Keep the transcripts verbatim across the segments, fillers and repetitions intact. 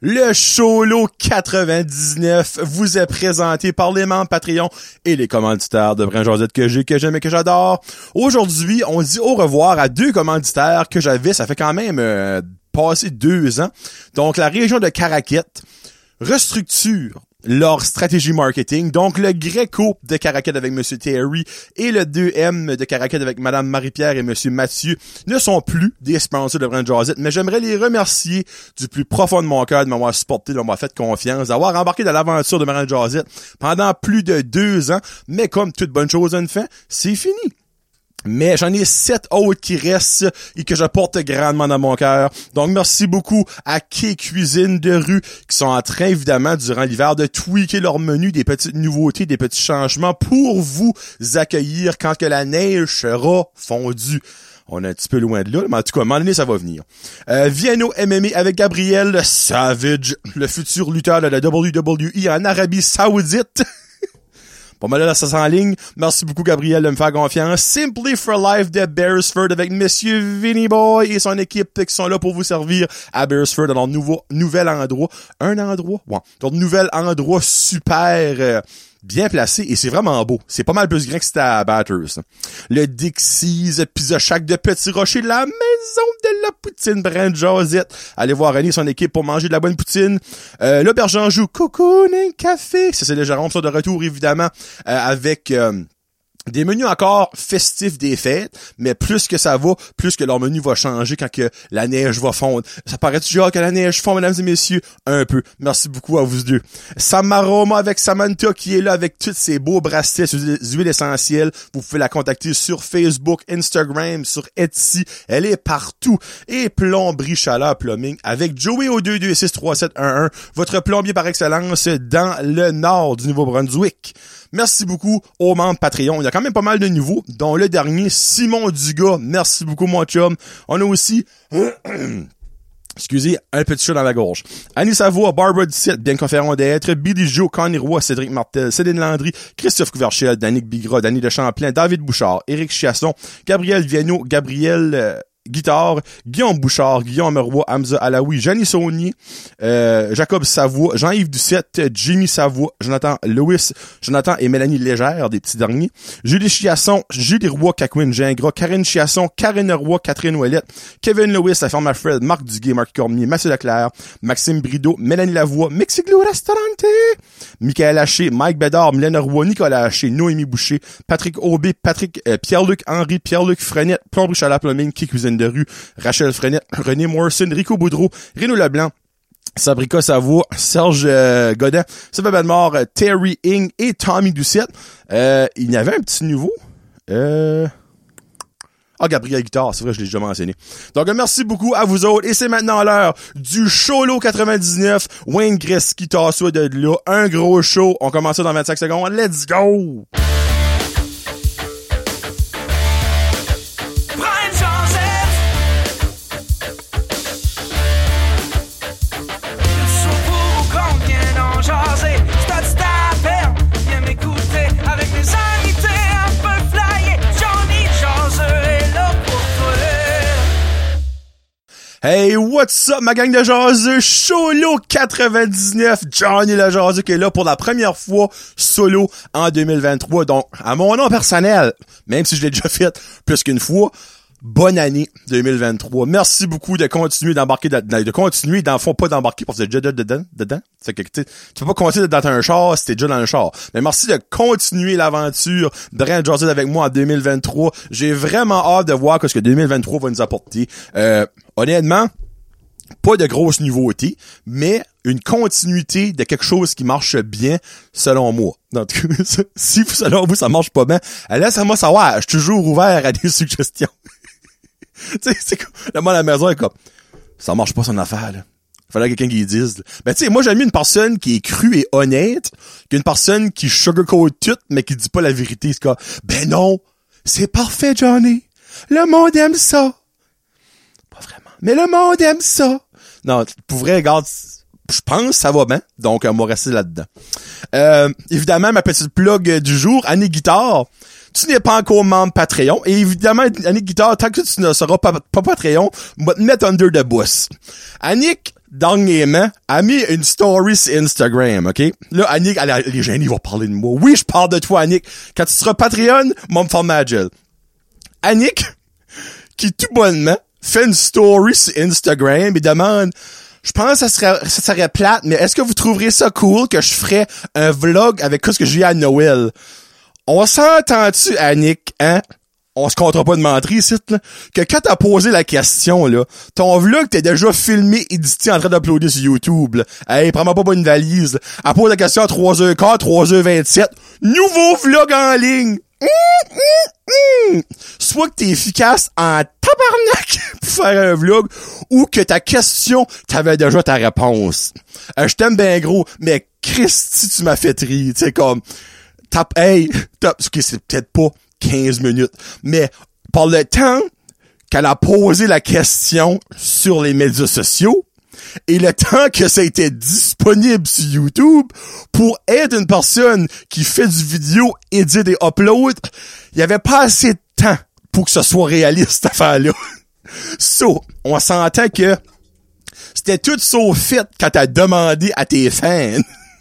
Le Cholo quatre-vingt-dix-neuf vous est présenté par les membres Patreon et les commanditaires de Brin Josette que j'ai, que j'aime et que j'adore. Aujourd'hui, on dit au revoir à deux commanditaires que j'avais, ça fait quand même euh, passé deux ans. Donc, la région de Caraquette restructure leur stratégie marketing. Donc, le Greco de Caraquette avec Monsieur Terry et le deux M de Caraquette avec Madame Marie-Pierre et Monsieur Mathieu ne sont plus des sponsors de Brin Josette, mais j'aimerais les remercier du plus profond de mon cœur de m'avoir supporté, de m'avoir fait confiance, d'avoir embarqué dans l'aventure de Brin Josette pendant plus de deux ans. Mais comme toute bonne chose a une fin, c'est fini. Mais j'en ai sept autres qui restent et que je porte grandement dans mon cœur. Donc, merci beaucoup à Quai Cuisine de rue qui sont en train, évidemment, durant l'hiver, de tweaker leur menu, des petites nouveautés, des petits changements pour vous accueillir quand que la neige sera fondue. On est un petit peu loin de là, mais en tout cas, à un moment donné, ça va venir. Euh, Vienno M M A avec Gabriel Savage, le futur lutteur de la W W E en Arabie Saoudite. Pas mal là, ça s'enligne. Merci beaucoup, Gabriel, de me faire confiance. Simply for Life de Beresford avec Monsieur Vinny Boy et son équipe qui sont là pour vous servir à Beresford dans leur nouveau, nouvel endroit. Un endroit? Ouais. Leur nouvel endroit super euh, bien placé et c'est vraiment beau. C'est pas mal plus grand que c'était à Batters. Le Dixie's Pizza Shack de Petit Rocher, la maison de la poutine Brin Josette. Allez voir René et son équipe pour manger de la bonne poutine. Euh, l'Auberge Anjou, Cocooning Café. Ça, c'est le Jérôme, ça de retour, évidemment, euh, avec... Euh, des menus encore festifs des fêtes, mais plus que ça va, plus que leur menu va changer quand que la neige va fondre. Ça paraît-tu genre que la neige fond, mesdames et messieurs? Un peu. Merci beaucoup à vous deux. Samaroma avec Samantha qui est là avec tous ses beaux bracelets sur des huiles essentielles. Vous pouvez la contacter sur Facebook, Instagram, sur Etsy. Elle est partout. Et Plomberie Chaleur Plumbing avec Joey au deux deux six trois sept un un. Votre plombier par excellence dans le nord du Nouveau-Brunswick. Merci beaucoup aux membres Patreon. Il y a quand même pas mal de nouveaux, dont le dernier, Simon Dugas. Merci beaucoup, mon chum. On a aussi... Excusez, un petit chat dans la gorge. Annie Savoie, Barbara dix-sept, bien conférant d'être, Billy Joe, Connie Roy, Cédric Martel, Céline Landry, Christophe Couverchel, Danick Bigra, Danny de Champlain, David Bouchard, Éric Chiasson, Gabriel Vienno, Gabriel... Euh, Guitare, Guillaume Bouchard, Guillaume Roy, Hamza Alaoui, Jeannie Saunier, euh, Jacob Savoie, Jean-Yves Ducette, Jimmy Savoie, Jonathan Lewis, Jonathan et Mélanie Légère, des petits derniers, Julie Chiasson, Julie Roy, Cacouine Gingras, Karine Chiasson, Karine Roy, Catherine Ouellette, Kevin Lewis, la ferme Alfred, Marc Duguay, Marc Cormier, Mathieu Leclerc, Maxime Brideau, Mélanie Lavoie, Mexiglou Restaurante, Michael Haché, Mike Bédard, Mylène Roy, Nicolas Haché, Noémie Boucher, Patrick Aubé, Patrick, euh, Pierre-Luc Henry, Pierre-Luc Frenette, Plomberie Chaleur Plumbing, Quai Cuisine de rue, Rachel Frenette, René Morrison, Rico Boudreau, Renaud Leblanc, Sabrica Savoie, Serge euh, Godin, Sylvain Bellemare, euh, Terry Ing et Tommy Doucette. Euh, il y avait un petit nouveau. Euh... Ah, Gabriel Guitare, c'est vrai, je l'ai déjà mentionné. Donc, merci beaucoup à vous autres. Et c'est maintenant l'heure du Cholo quatre-vingt-dix-neuf. Wayne Gretzky t'assoit de là. Un gros show. On commence ça dans vingt-cinq secondes. Let's go! Hey, what's up, ma gang de jaseux? Cholo quatre-vingt-dix-neuf, Johnny le jaseux qui est là pour la première fois solo en deux mille vingt-trois. Donc, à mon nom personnel, même si je l'ai déjà fait plus qu'une fois, bonne année deux mille vingt-trois. Merci beaucoup de continuer d'embarquer, de, de continuer, dans le fond, pas d'embarquer parce que t'es déjà dedans, dedans. C'est que, tu peux pas continuer dans un char si t'es déjà dans le char. Mais merci de continuer l'aventure Brin Josette avec moi en deux mille vingt-trois. J'ai vraiment hâte de voir ce que deux mille vingt-trois va nous apporter. Euh, honnêtement, pas de grosses nouveautés, mais une continuité de quelque chose qui marche bien, selon moi. Donc, si selon vous ça marche pas bien, laissez-moi savoir. Je suis toujours ouvert à des suggestions. Tu sais, c'est comme, le monde à la maison est comme, ça marche pas son affaire, là. Fallait quelqu'un qui dise, là. Ben, tu sais, moi, j'aime mieux une personne qui est crue et honnête qu'une personne qui sugarcoat tout, mais qui dit pas la vérité. C'est comme, ben non, c'est parfait, Johnny. Le monde aime ça. Pas vraiment. Mais le monde aime ça. Non, pour vrai, regarde, je pense que ça va bien. Donc, on va rester là-dedans. Euh, évidemment, ma petite plug du jour, Annie Guitare. Tu n'es pas encore membre Patreon. Et évidemment, Annick Guitare, tant que tu ne seras pas, pas Patreon, on va te mettre under the bus. Annick, dernièrement, a mis une story sur Instagram, OK? Là, Annick, elle, les génies vont parler de moi. Oui, je parle de toi, Annick. Quand tu seras Patreon, moi, me faire ma gel. Annick, qui tout bonnement fait une story sur Instagram et demande, je pense que ça serait, ça serait plate, mais est-ce que vous trouverez ça cool que je ferais un vlog avec tout ce que j'ai à Noël? On s'entend-tu, Annick, hein? On se comptera pas de mentir ici, là, que quand t'as posé la question, là, ton vlog t'es déjà filmé, édité, en train d'uploader sur YouTube, là. Hey, prends-moi pas une valise, là. Elle pose la question à trois heures quinze, trois heures vingt-sept. Nouveau vlog en ligne! Hum, hum, hum. Soit que t'es efficace en tabarnak pour faire un vlog, ou que ta question, t'avais déjà ta réponse. Euh, je t'aime bien gros, mais Christy, tu m'as fait rire, tu sais, comme, tap, hey, top, ce qui c'est peut-être pas quinze minutes. Mais par le temps qu'elle a posé la question sur les médias sociaux et le temps que ça a été disponible sur YouTube pour être une personne qui fait du vidéo, édite et upload, il y avait pas assez de temps pour que ce soit réaliste, cette affaire-là. So, on s'entend que c'était tout sauf fait quand t'as demandé à tes fans.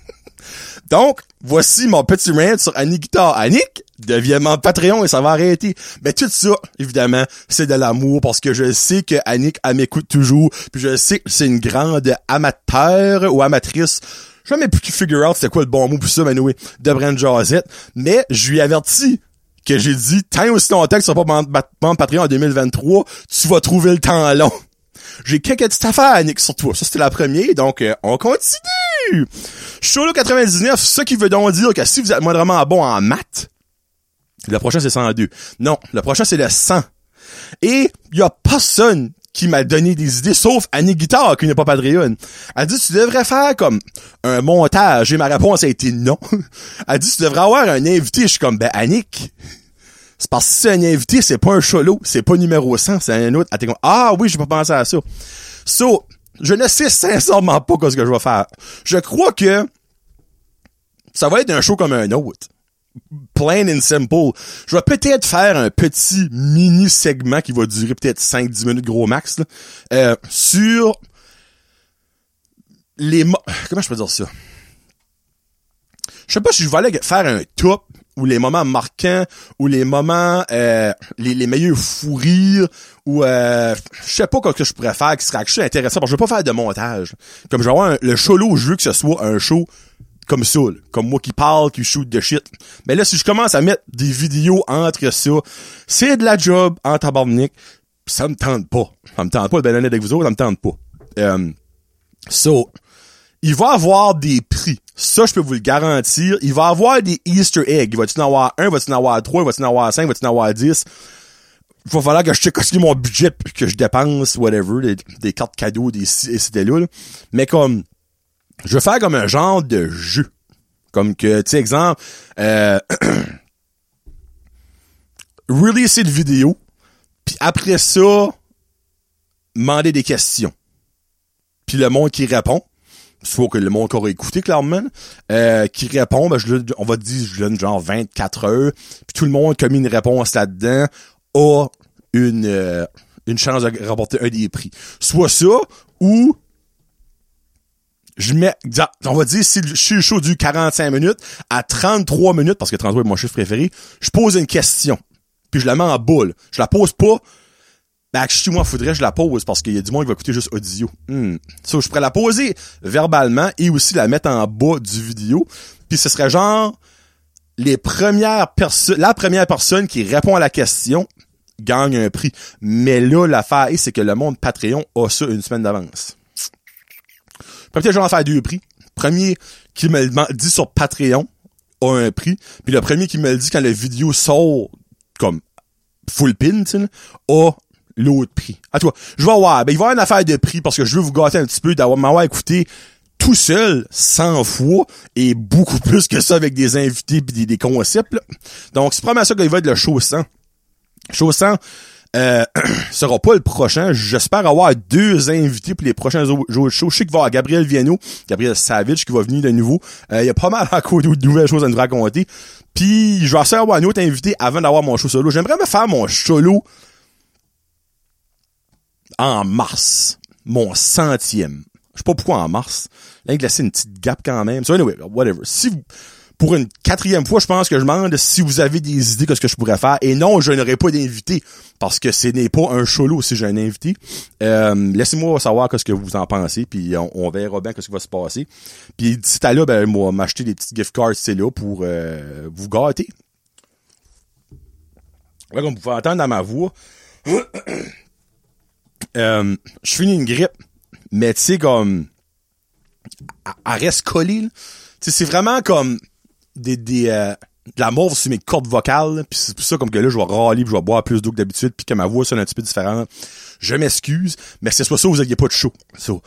Donc, voici mon petit rant sur Annick Guitare. Annick, deviens mon Patreon et ça va arrêter. Mais tout ça, évidemment, c'est de l'amour parce que je sais que Annick, elle m'écoute toujours. Puis je sais que c'est une grande amateur ou amatrice. Je sais même plus qui figure out c'était quoi le bon mot pour ça, mais anyway, de Brand Josette. Mais je lui ai averti que j'ai dit, tant aussi longtemps que tu seras pas mon Patreon en deux mille vingt-trois, tu vas trouver le temps long. J'ai quelques petites affaires, Annick, sur toi. Ça, c'était la première, donc euh, on continue! Cholo quatre-vingt-dix-neuf, ça qui veut donc dire que si vous êtes moindrement bon en maths, le prochain c'est cent deux. Non, le prochain c'est le cent. Et il y a personne qui m'a donné des idées, sauf Annick Guitare, qui n'est pas Patreon. Elle dit, tu devrais faire comme un montage. Et ma réponse a été non. Elle dit, tu devrais avoir un invité. Je suis comme, ben Annick, c'est parce que c'est un invité, c'est pas un cholo, c'est pas numéro cent, c'est un autre. Elle était comme, ah oui, j'ai pas pensé à ça. So, je ne sais sincèrement pas ce que je vais faire. Je crois que ça va être un show comme un autre. Plain and simple. Je vais peut-être faire un petit mini-segment qui va durer peut-être cinq dix minutes gros max, là, euh, sur les... Mo- Comment je peux dire ça? Je sais pas si je vais aller faire un top ou les moments marquants ou les moments euh, les, les meilleurs fous rires ou euh, je sais pas quoi que je pourrais faire qui serait actuellement intéressant parce que je veux pas faire de montage. Comme je vais avoir un, le show là où je veux que ce soit un show comme ça, là, comme moi qui parle, qui shoot de shit. Mais là, si je commence à mettre des vidéos entre ça, c'est de la job en tabarnak, ça me tente pas. Ça me tente pas de balader avec vous autres, ça me tente pas. Euh, so, il va avoir des prix. Ça, je peux vous le garantir. Il va avoir des Easter eggs. Il va-tu en avoir un, va-tu en avoir trois, va-tu en avoir cinq, va-tu en avoir dix? Il va falloir que je check aussi mon budget que je dépense, whatever, des, des cartes cadeaux, des ci et c'était là, là. Mais comme, je veux faire comme un genre de jeu. Comme que, tu sais, exemple, euh, releaser de vidéo, puis après ça, demander des questions. Puis le monde qui répond, soit que le monde qui aura écouté clairement, euh, qui répond, ben je, on va dire, je donne genre vingt-quatre heures, puis tout le monde qui a mis une réponse là-dedans a une, euh, une chance de remporter un des prix. Soit ça, ou je mets, on va dire, si le show dure quarante-cinq minutes, à trente-trois minutes, parce que trente-trois est mon chiffre préféré, je pose une question. Puis je la mets en boule. Je la pose pas. Ben, actually, moi, faudrait que je la pose, parce qu'il y a du monde qui va écouter juste audio. Hmm. So, je pourrais la poser verbalement et aussi la mettre en bas du vidéo. Puis ce serait genre, les premières personnes, la première personne qui répond à la question gagne un prix. Mais là, l'affaire, c'est que le monde Patreon a ça une semaine d'avance. Peut-être j'en vais faire deux prix. Premier qui me le dit sur Patreon a un prix. Puis le premier qui me le dit quand la vidéo sort comme full pin, tu sais, a l'autre prix. À toi. Je vais voir. Ben, il va y avoir une affaire de prix parce que je veux vous gâter un petit peu d'avoir m'avoir écouté tout seul, cent fois, et beaucoup plus que ça avec des invités pis des, des concepts, là. Donc, c'est probablement ça qu'il va être le show cent. Show cent, Euh, sera pas le prochain. J'espère avoir deux invités pour les prochains jours de show. Je sais qu'il va y avoir Gabriel Viano, Gabriel Savage qui va venir de nouveau. Euh, il y a pas mal encore de nouvelles choses à nous raconter. Puis je vais essayer d'avoir un autre invité avant d'avoir mon show solo. J'aimerais me faire mon solo en mars. Mon centième. sais pas pourquoi en mars. Là, il laissait une petite gap quand même. So anyway, whatever. Si vous, pour une quatrième fois, je pense que je demande si vous avez des idées de ce que je pourrais faire. Et non, je n'aurai pas d'invité. Parce que ce n'est pas un solo si j'ai un invité. Euh, laissez-moi savoir ce que vous en pensez. Puis on, on verra bien ce qui va se passer. Puis d'ici à là, ben, moi, m'acheter des petites gift cards, c'est là pour euh, vous gâter. Là, comme vous pouvez entendre dans ma voix, euh, je finis une grippe. Mais tu sais, comme, elle reste collée, tu sais, c'est vraiment comme des, des, euh, de la mauve sur mes cordes vocales, puis c'est pour ça, comme que là, je vais râler, puis je vais boire plus d'eau que d'habitude, puis que ma voix sonne un petit peu différente. Je m'excuse, mais c'est soit ça, vous aviez pas de chaud. So.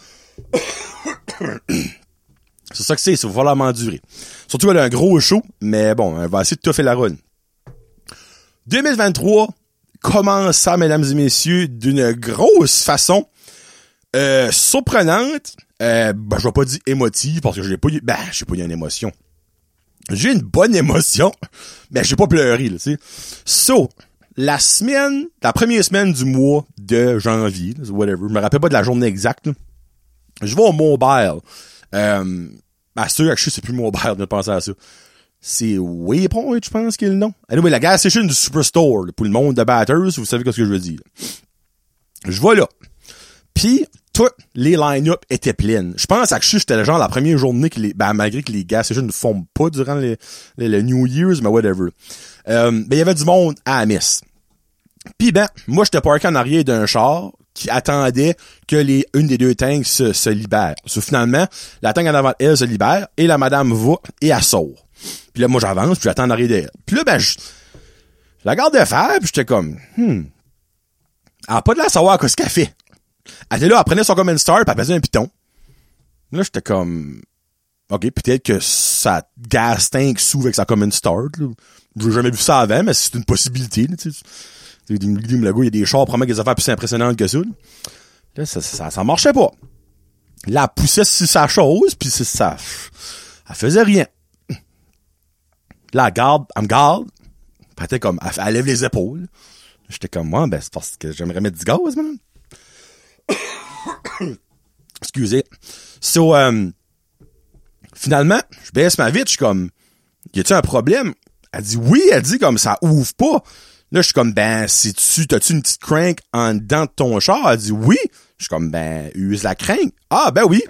C'est ça que c'est, ça va falloir m'endurer. Surtout, elle a un gros show, mais bon, elle va essayer de toffer la run. deux mille vingt-trois commence ça, mesdames et messieurs, d'une grosse façon. Euh, surprenante, euh, ben, je vais pas dire émotive, parce que j'ai pas eu, ben, j'ai pas eu une émotion. J'ai une bonne émotion, mais j'ai pas pleuré, là, tu sais. So, la semaine, la première semaine du mois de janvier, whatever, je me rappelle pas de la journée exacte, là. Je vais au Mobile. Euh, à ceux que je sais, c'est plus Mobile de penser à ça. C'est Waypoint, je pense, qu'il est le nom. Anyway, la gas station du Superstore, là, pour le monde de batters, vous savez ce que je veux dire. Je vais là. Puis, toutes les line-up étaient pleines. Je pense à que j'étais le genre la première journée que les, ben, malgré que les gas stations ne font pas durant les, les, le New Year's, mais whatever. Euh, ben, il y avait du monde à la messe. Puis ben, moi, j'étais parké en arrière d'un char qui attendait que les, une des deux tanks se, se libère. So, finalement, la tank en avant, elle se libère, et la madame va, et elle sort. Puis là, moi, j'avance, puis j'attends en arrière d'elle. Puis là, ben, je, je la garde de faire, puis j'étais comme, hmm, elle a pas de la savoir qu'est-ce qu'elle fait. Elle était là, elle prenait son common start, puis elle faisait un piton. Là, j'étais comme, ok, peut-être que sa gas tank s'ouvre avec sa common start, là. J'ai jamais vu ça avant, mais c'est une possibilité, là, tu sais. Le gars, il y a des chars, probablement des affaires plus impressionnantes que ça, là. Là, ça, ça, ça marchait pas. Là, elle poussait sur sa chose, puis c'est ça. Elle faisait rien. Là, elle garde, elle me garde. Puis elle était comme, elle, elle lève les épaules. J'étais comme, moi, ben, c'est parce que j'aimerais mettre du gaz, man. Excusez. So, euh, finalement, je baisse ma vitre, je suis comme, y a-tu un problème? Elle dit oui, elle dit comme, ça ouvre pas. Là, je suis comme, ben, si tu, t'as-tu une petite crank en dedans de ton char? Elle dit oui. Je suis comme, ben, use la crank. Ah, ben oui.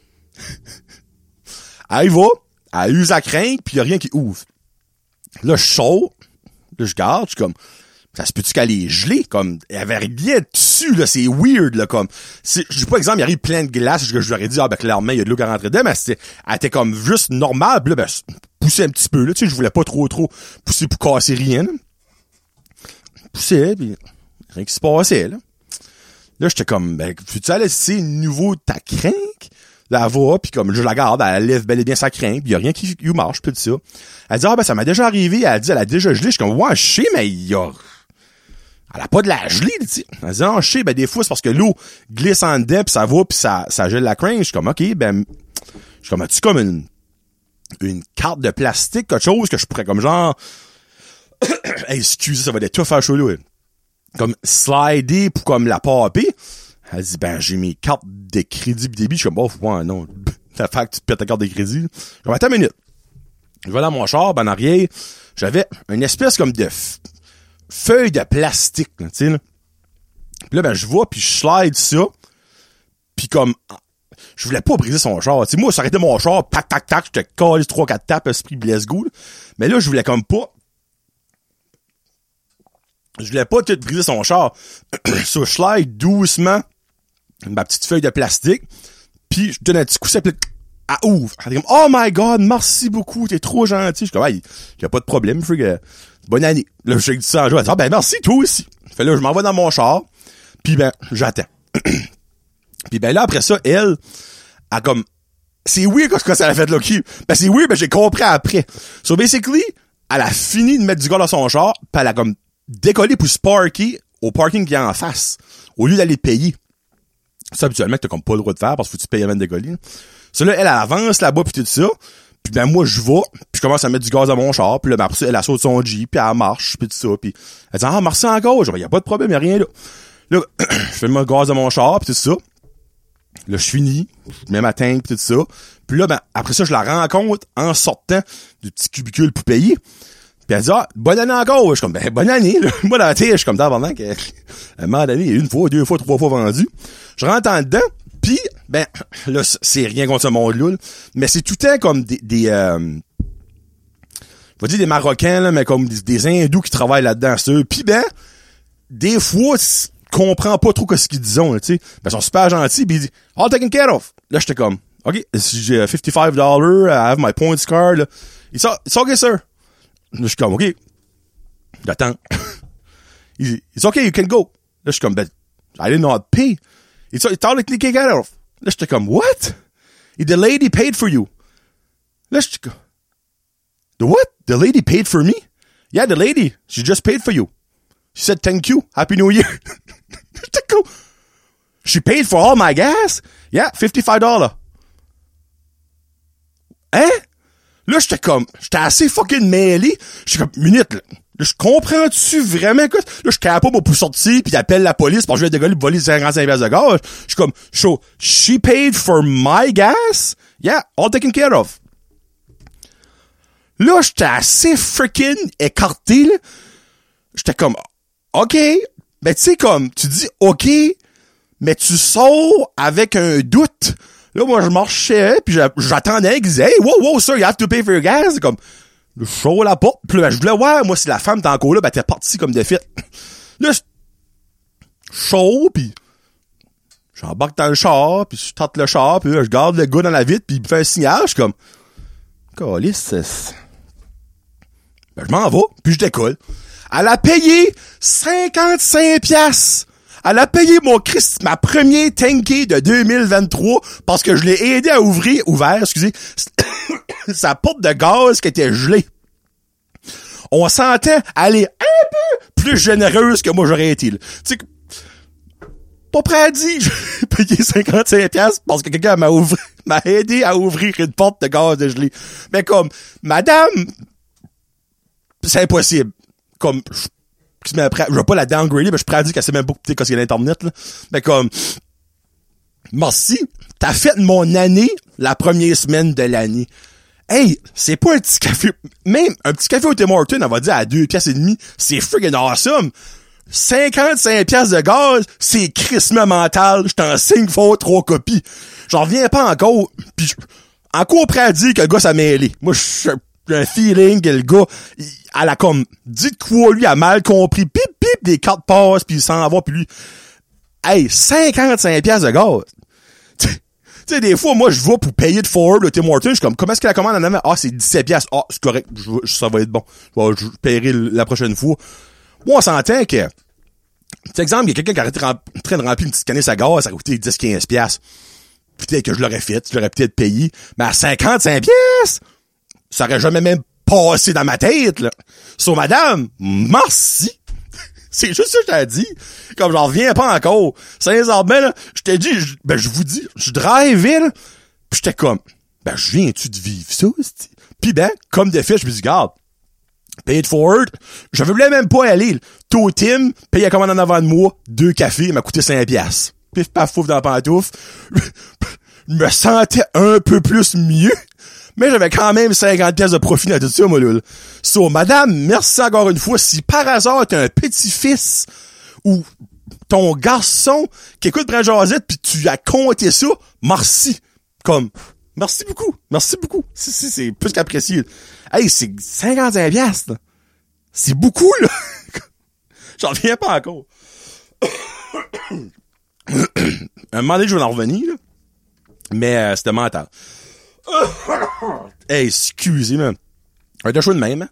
Elle y va, elle use la crank, puis y a rien qui ouvre. Là, je sors, là, je garde, je suis comme, ça se peut-tu qu'elle est gelée? Comme, il y avait rien dessus, là, c'est weird, là, comme, c'est, je sais pas, exemple, il arrive plein de glace, je, je leur ai dit, ah, ben, clairement, il y a de l'eau qui rentre dedans, mais c'était, elle était comme juste normale, pis là, ben, poussait un petit peu, là, tu sais, je voulais pas trop, trop pousser pour casser rien, là. Poussait, pis rien qui se passait, là. Là, j'étais comme, ben, tu aller essayer nouveau ta crank? Là, elle va, pis comme, je la garde, elle lève bel et bien sa crank, pis y a rien qui, qui marche, pis tout ça. Elle dit, ah, ben, ça m'a déjà arrivé, elle dit, elle a déjà gelé, je suis comme, ouais, je sais, mais il y a, elle a pas de la gelée, tu sais. Elle dit, non, je sais, ben, des fois, c'est parce que l'eau glisse en dedans, pis ça va, pis ça, ça gèle la crank. Je suis comme, ok, ben, je suis comme, as-tu comme une, une carte de plastique, quelque chose que je pourrais, comme genre, hey, excusez, ça va être tout faire chaud, là. Comme, slider pour, comme, la paper. Elle dit, ben, j'ai mes cartes de crédit pis débit. Je suis comme, bon, ouais, non. La fait que tu pètes ta carte de crédit. Je suis comme, attends une minute. Je vais dans mon char, ben, en arrière, j'avais une espèce comme de f- feuille de plastique, tu sais, là. Puis là, ben, je vois, puis je slide ça. Puis comme, je voulais pas briser son char. Tu sais, moi, ça aurait été mon char, tac, tac, tac, je te colle trois, quatre tapes, esprit, let's go, là. Mais là, je voulais comme pas, je voulais pas tout briser son char. So, je slide doucement ma petite feuille de plastique, puis je donne un petit coup sec, puis elle ouvre. Elle dit comme, oh my god, merci beaucoup, t'es trop gentil. Je suis comme, hey, y a pas de problème, frig, euh, bonne année. Là, je dis ça en joie. Elle dit, ah ben merci, toi aussi. Fait là, je m'en vais dans mon char, puis ben, j'attends. Puis ben là, après ça, elle, elle comme, c'est weird quand ça a fait là, qui, ben c'est weird, ben j'ai compris après. So basically, elle a fini de mettre du gaz dans son char, puis elle a comme décollé pour se parker au parking qui est en face, au lieu d'aller payer. Ça, habituellement, t'as comme pas le droit de faire parce que faut que tu payes avant de décoller. Ça, là, elle, elle avance là-bas pis tout ça. Puis ben, moi, je vais, puis je commence à mettre du gaz dans mon char. Puis là, ben, après ça, elle, elle saute son Jeep, puis elle marche, puis tout ça. Puis elle dit, ah, merci encore. Je dis, y a pas de problème, y a rien là. Là, je fais mon gaz dans mon char, puis tout ça. Là, je finis, je mets ma tank pis tout ça. Puis là, ben, après ça, je la rencontre en sortant du petit cubicule pour payer. Puis elle dit, ah, bonne année encore. Je suis comme, ben, bonne année, là. Moi, dans la tête, je suis comme, pendant que, à un moment donné, une fois, deux fois, trois fois vendu. Je rentre en dedans, puis ben, là, c'est rien contre ce monde-là, là, mais c'est tout le temps comme des, des, euh, je vais dire des Marocains, là, mais comme des, des Hindous qui travaillent là-dedans, c'est eux. Puis ben, des fois, comprends pas trop ce qu'ils disent, tu sais. Ben, ils sont super gentils, pis ils disent, all taken care of. Là, j'étais comme, OK, j'ai fifty-five dollars, I have my points card, là. It's, it's okay, sir. Là, je suis comme, OK. J'attends. It's okay, you can go. Là, je suis comme, ben, I didn't know how to pay. It's, it's all taken care of. Là, j'étais comme, what? The lady paid for you. Là, j'étais comme, the what? The lady paid for me? Yeah, the lady. She just paid for you. She said, thank you. Happy New Year. J'étais comme, she paid for all my gas? Yeah, fifty-five dollars. Hein? Là, j'étais comme, j'étais assez fucking mêlé. J'étais comme, minute, là. Là, je comprends-tu vraiment, écoute? Là, je suis capable pour sortir pis j'appelle la police parce que je vais dégueuler pour voler cinquante-cinq piastres de gaz. Je suis comme, so, she paid for my gas? Yeah, all taken care of. Là, j'étais assez freaking écarté, là. J'étais comme, OK. Ben, tu sais, comme, tu dis OK, mais tu sors avec un doute. Là, moi, je marchais, puis j'attendais qu'ils disaient, hey, wow, wow, sir, you have to pay for your gas. C'est comme, je sors la porte, puis là, ben, je voulais voir, moi, si la femme t'es encore là, ben, t'es parti comme de fit. Là, je sors, puis j'embarque dans le char, puis je tente le char, puis là, je garde le gars dans la vitre, puis il me fait un signal, je suis comme, câlisse, c'est... Ben, je m'en vais, puis je décolle. Elle a payé cinquante-cinq piastres. Elle a payé mon Christ, ma première tanké de deux mille vingt-trois parce que je l'ai aidé à ouvrir, ouvert, excusez, sa porte de gaz qui était gelée. On sentait aller un peu plus généreuse que moi j'aurais été, là. Tu sais, pas prêt à dire, j'ai payé cinquante-cinq piastres parce que quelqu'un m'a ouvert, m'a aidé à ouvrir une porte de gaz de gelée. Mais comme, madame, c'est impossible. Comme, je, je vais pas la downgrader, mais je prédis qu'elle sait même pas écouter quand il y a l'internet, là. Mais comme, merci, t'as fait mon année la première semaine de l'année. Hey, c'est pas un petit café, même un petit café au Tim Hortons, on va dire à deux piastres et demi, c'est friggin' awesome. cinquante-cinq piastres de gaz, c'est crissement mental, je t'en signe fort trois copies. J'en reviens pas encore, pis encore prêt à dire que le gars s'est mêlé. Moi, je j'ai un feeling que le gars, il, elle a comme dit de quoi, lui, a mal compris. Pip, pip, des cartes passent, puis il s'en va, puis lui... Hey, cinquante-cinq piastres de gaz! Tu sais, des fois, moi, je vais pour payer de Ford, le Tim Hortons, je suis comme, comment est-ce que la commande en avait? Ah, c'est dix-sept piastres. Ah, c'est correct, je, je, ça va être bon. Bon, je paierai la prochaine fois. Moi, on s'entend que... Par exemple, il y a quelqu'un qui arrête en train de remplir une petite canisse à gaz, ça a coûté dix à quinze piastres. Peut-être que je l'aurais fait, je l'aurais peut-être payé. Mais à cinquante-cinq piastres! Ça aurait jamais même passé dans ma tête, là. So, madame, merci. C'est juste ça que je t'ai dit. Comme j'en reviens pas encore. Sincèrement, là, je t'ai dit, je, ben, je vous dis, je drivais, là, pis j'étais comme, ben, je viens-tu de vivre ça, c'ti? Pis ben, comme de fait, je me dis, regarde, paye it forward, je voulais même pas aller, Tôt Tim, paye la commande en avant de moi, deux cafés, il m'a coûté cinq piastres. Pif, paf, fouf dans la pantoufle. Je me sentais un peu plus mieux. Mais j'avais quand même cinquante pièces de profit dans tout ça, moi, là. So, madame, merci encore une fois. Si par hasard t'as un petit-fils ou ton garçon qui écoute Brand Josette pis tu as compté ça, merci. Comme, merci beaucoup. Merci beaucoup. Si, si, c'est plus qu'apprécié. Hey, c'est cinquante-cinq piastres, là. C'est beaucoup, là. J'en reviens pas encore. Un moment donné, je vais en revenir, là. Mais, euh, c'était mental. Hey, excusez, man. Un deux choix de même, hein?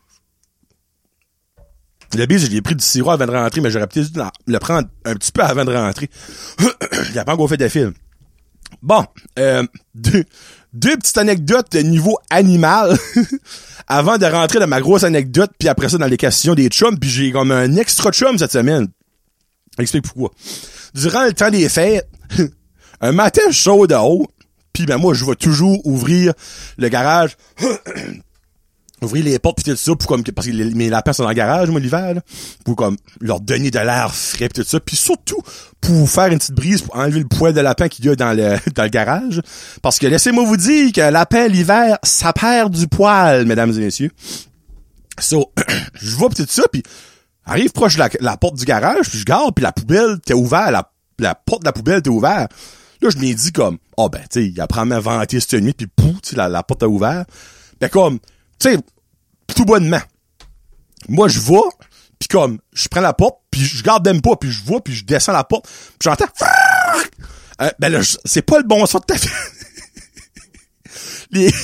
Le bise, j'ai pris du sirop avant de rentrer, mais j'aurais peut-être dû le prendre un petit peu avant de rentrer. Il a pas encore fait de film. Bon, euh, deux, deux petites anecdotes de niveau animal avant de rentrer dans ma grosse anecdote, puis après ça dans les questions des chums, puis j'ai comme un extra chum cette semaine. J'explique pourquoi. Durant le temps des fêtes, un matin chaud de haut, puis ben moi, je vais toujours ouvrir le garage ouvrir les portes pis tout ça pour comme parce que les, mes lapins sont dans le garage moi l'hiver là, pour comme leur donner de l'air frais pis tout ça, puis surtout pour faire une petite brise pour enlever le poil de lapin qu'il y a dans le dans le garage, parce que laissez-moi vous dire que lapin l'hiver ça perd du poil, mesdames et messieurs. So, je vois pis tout ça, puis arrive proche de la, la porte du garage, puis je garde, puis la poubelle t'es ouverte, la la porte de la poubelle t'es ouverte. Là je m'ai dit comme oh ben tu sais il a probablement vanté cette nuit, puis pouf, tu sais la, la porte est ouverte. Ben comme tu sais, tout bonnement. Moi, je vois, puis comme, je prends la porte, puis je garde même pas, puis je vois, puis je descends la porte, puis j'entends... Euh, ben là, c'est pas le bon son de ta vie. Les...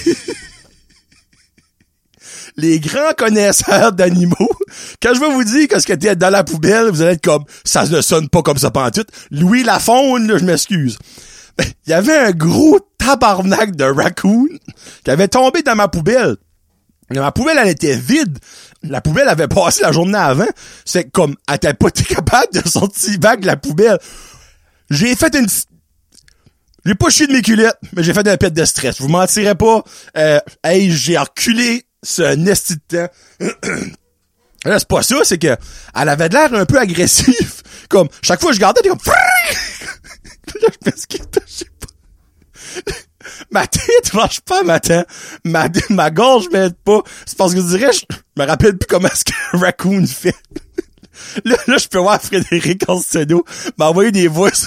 Les grands connaisseurs d'animaux, quand je vais vous dire qu'est-ce que t'es dans la poubelle, vous allez être comme, ça ne sonne pas comme ça pantoute. Louis Lafaune, là, je m'excuse. Ben, il y avait un gros tabarnak de raccoon qui avait tombé dans ma poubelle. Ma poubelle, elle était vide. La poubelle avait passé la journée avant. C'est comme, elle était pas été capable de sortir back de la poubelle. J'ai fait une... J'ai pas chié de mes culottes, mais j'ai fait un pet de stress. Je vous mentirais pas. Euh, hey, j'ai reculé ce nesti de temps. Là, c'est pas ça, c'est que elle avait de l'air un peu agressif. Comme, chaque fois que je regardais, elle était comme... Là, je m'excuse, je sais pas... Ma tête marche pas, ma tête. Ma, ma gorge m'aide pas. C'est parce que je dirais, je me rappelle plus comment est-ce que Raccoon fait. Là, là, je peux voir Frédéric Arsenault m'envoyer des voice,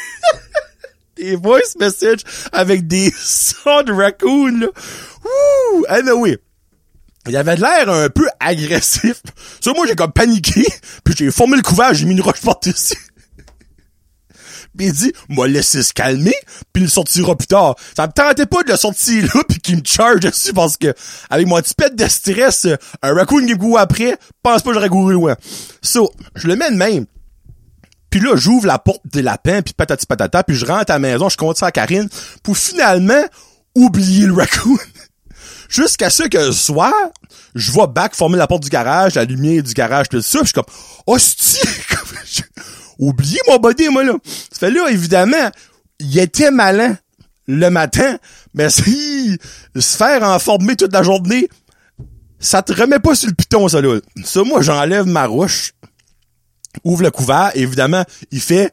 des voice messages avec des sons de Raccoon, là. Ouh! Anyway. Il avait de l'air un peu agressif. Ça, moi, j'ai comme paniqué. Puis j'ai formé le couvert, j'ai mis une roche par-dessus. Pis il dit, m'a laissé se calmer, puis il le sortira plus tard. Ça me tentait pas de le sortir là, pis qu'il me charge dessus, parce que, avec mon petit pet de stress, un raccoon qui me court après, pense pas que j'aurais couru loin. So, je le mets de même. Puis là, j'ouvre la porte des lapins, puis patati patata, puis je rentre à la maison, je compte ça à Karine, pour finalement oublier le raccoon. Jusqu'à ce que le soir, je vois back former la porte du garage, la lumière du garage, tout ça, pis je suis comme, hostie! Oubliez mon body, moi, là. Ça fait là, évidemment, il était malin le matin, mais si se faire informer toute la journée, ça te remet pas sur le piton, ça, là. Ça, moi, j'enlève ma roche, ouvre le couvert, et évidemment, il fait...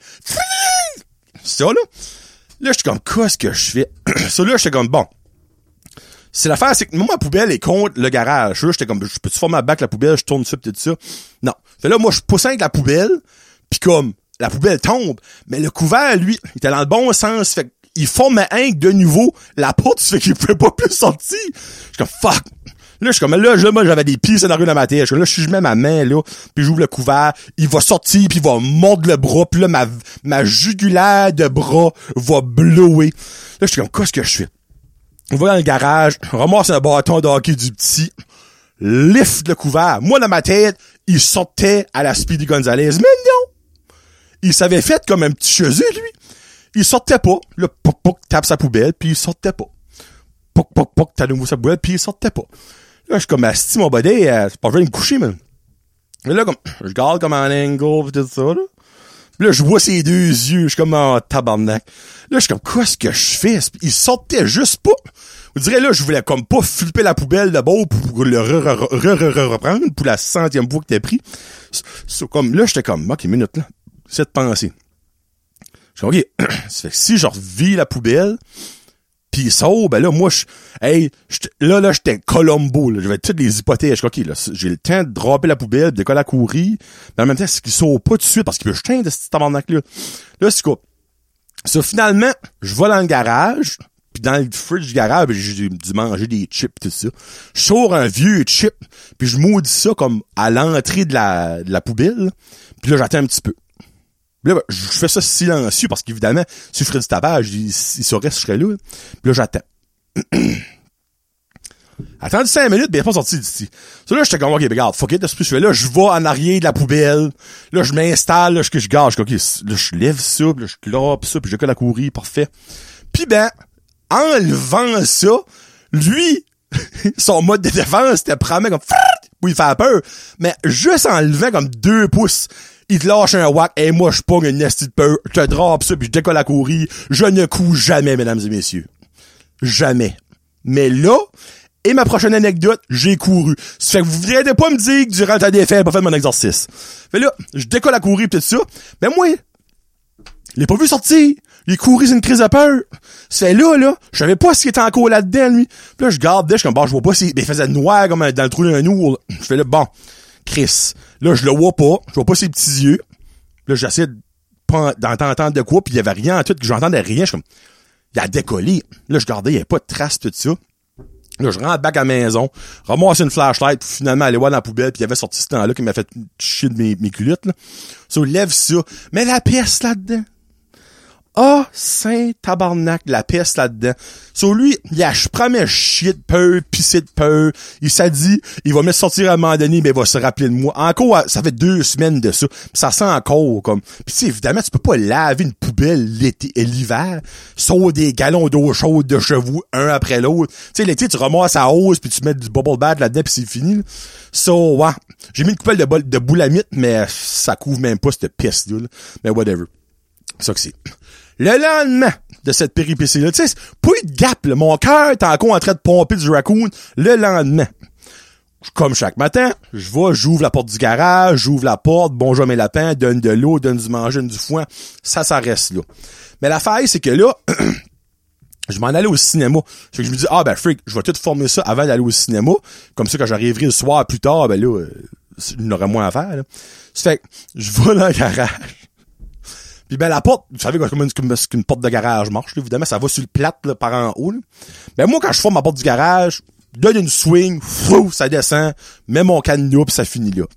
Ça, là. Là, j'étais comme, qu'est-ce que je fais? Ça, là, j'étais comme, bon. C'est l'affaire, c'est que moi, ma poubelle est contre le garage. Là, j'étais comme, je peux-tu former ma bac la poubelle, je tourne ça, pis tout ça? Non. Fait là, moi, je pousse avec la poubelle, pis comme, la poubelle tombe, mais le couvert, lui, il était dans le bon sens, fait qu'il formait un de nouveau la porte, fait qu'il pouvait pas plus sortir. Je suis comme, fuck. Là, je suis comme, là, là moi, j'avais des pieds scénarios dans ma tête. Je suis comme, là, je mets ma main, là, puis j'ouvre le couvert, il va sortir, puis il va mordre le bras, puis là, ma, ma jugulaire de bras va blower. Là, je suis comme, qu'est-ce que je fais? On va dans le garage, ramasse un bâton de hockey du petit, lift le couvert. Moi, dans ma tête, il sortait à la Speedy Gonzalez. Mais non! Il s'avait fait comme un petit chezeux, lui. Il sortait pas. Là, poc, poc, tape sa poubelle, puis il sortait pas. Poc, poc, poc, tape nouveau sa poubelle, puis il sortait pas. Là, je suis comme, asti, mon body, euh, c'est pas vrai de me coucher, man. Et là, comme, je garde comme en angle, pis tout ça, là. Puis là, je vois ses deux yeux, je suis comme en tabarnak. Là, je suis comme, qu'est-ce que je fais? Il sortait juste pas. Vous direz, là, je voulais comme pas flipper la poubelle de bord pour le re-re-re-re-reprendre pour la centième fois que t'es pris. So, comme, là, j'étais comme, ok, minute, là. C'est de penser. Je dis, ok, ça fait que si je revis la poubelle, pis il sort, ben là, moi, je, hey, là, là, j'étais Colombo, là, j'avais toutes les hypothèses. Je dis, ok, là, j'ai le temps de dropper la poubelle, de décoller à courir, mais en même temps, c'est qu'il sort pas tout de suite parce qu'il peut jeter de ce tabarnak-là. Là, c'est quoi? Ça, finalement, je vais dans le garage, puis dans le fridge du garage, ben, j'ai dû manger des chips, tout ça. Je sors un vieux chip, puis je maudis ça comme à l'entrée de la, de la poubelle, puis là, j'attends un petit peu. Là, ben, je fais ça silencieux parce qu'évidemment, si je ferais du tapage, il, il saurait si je serais là. Puis là, j'attends. Attendu cinq minutes, ben, il n'est pas sorti d'ici. Ça, là, j'étais comme, ok, ben, regarde, fuck it, ce que je fais là, je vais en arrière de la poubelle. Là, je m'installe, là, je, je gage, ok, là, je lève ça, puis là, je clope ça, puis je colle à courir, parfait. Puis ben, en levant ça, lui, son mode de défense, c'était probablement comme, oui, il fait peur. Mais juste en levant comme deux pouces, il te lâche un whack, et moi, je pogne une nasty de peur, je te drape ça, puis je décolle à courir. Je ne couds jamais, mesdames et messieurs. Jamais. Mais là, Et ma prochaine anecdote, j'ai couru. Ça fait que vous viendrez pas me dire que durant le temps des fêtes, j'ai pas fait mon exercice. Fait là, je décolle à courir pis tout ça. Mais moi, je l'ai pas vu sortir. Il courait, c'est une crise de peur. C'est là, là, je savais pas s'il était encore là-dedans, lui. Puis là, je gardais, je suis comme, bon, je vois pas si, ben, il faisait noir comme dans le trou d'un ours. Je fais là, bon, Chris. Là, je le vois pas. Je vois pas ses petits yeux. Là, j'essaie de, d'entendre de quoi, puis il y avait rien en tout, que j'entendais rien. Je suis comme, il a décollé. Là, je gardais, il y avait pas de traces, tout ça. Là, je rentre back à la maison, ramasse une flashlight, puis finalement, aller voir dans la poubelle, puis il avait sorti ce temps-là qui m'a fait chier de mes, mes culottes, là. Ça, lève ça. Mais la pièce là-dedans. Ah, saint tabarnak, la peste là-dedans. Sur lui, il a, je promets, chier de peur, pisser de peur. Il s'est dit, il va me sortir à un moment donné, mais il va se rappeler de moi. Encore, ça fait deux semaines de ça. Pis ça sent encore, comme. Pis tu sais, évidemment, tu peux pas laver une poubelle l'été et l'hiver. Sauf des galons d'eau chaude de chevaux, un après l'autre. Tu sais, l'été, tu ramasses à hausse, puis tu mets du bubble bath là-dedans, pis c'est fini, là. So, ouais. J'ai mis une coupelle de, bol- de boulamite, mais ça couvre même pas cette peste-là, là. Mais whatever. C'est ça que c'est. Le lendemain de cette péripétie-là, tu sais, pas eu de gap, là. Mon cœur est encore en train de pomper du raccoon. Le lendemain, comme chaque matin, je vais, j'ouvre la porte du garage, j'ouvre la porte, bonjour mes lapins, donne de l'eau, donne du manger, donne du foin. Ça, ça reste là. Mais l'affaire, c'est que là, je m'en allais au cinéma. Fait que je me dis, ah ben freak, je vais tout former ça avant d'aller au cinéma. Comme ça, quand j'arriverai le soir plus tard, ben là, euh, il n'aurait moins à faire, là. Ça fait que je vais dans le garage. Puis ben la porte, vous savez comment une, une, une porte de garage marche, là, évidemment, ça va sur le plat là, par en haut. Là. Ben moi, quand je forme ma porte du garage, donne une swing, fou, ça descend, mets mon cadenas, puis ça finit là.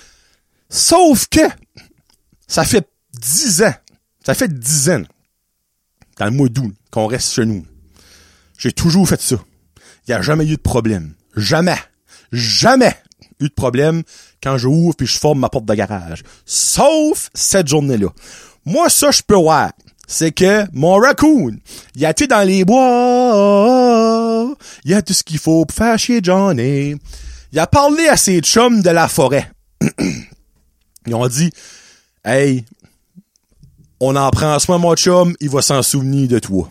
Sauf que ça fait dix ans, ça fait dix ans, dans le mois d'août, qu'on reste chez nous. J'ai toujours fait ça. Il n'y a jamais eu de problème. Jamais. Jamais eu de problème quand je ouvre puis je forme ma porte de garage. Sauf cette journée-là. Moi, ça, je peux voir. C'est que mon raccoon, il a été dans les bois. Il a tout ce qu'il faut pour faire chier Johnny. Il a parlé à ses chums de la forêt. Ils ont dit, hey, on en prend soin, mon chum, il va s'en souvenir de toi.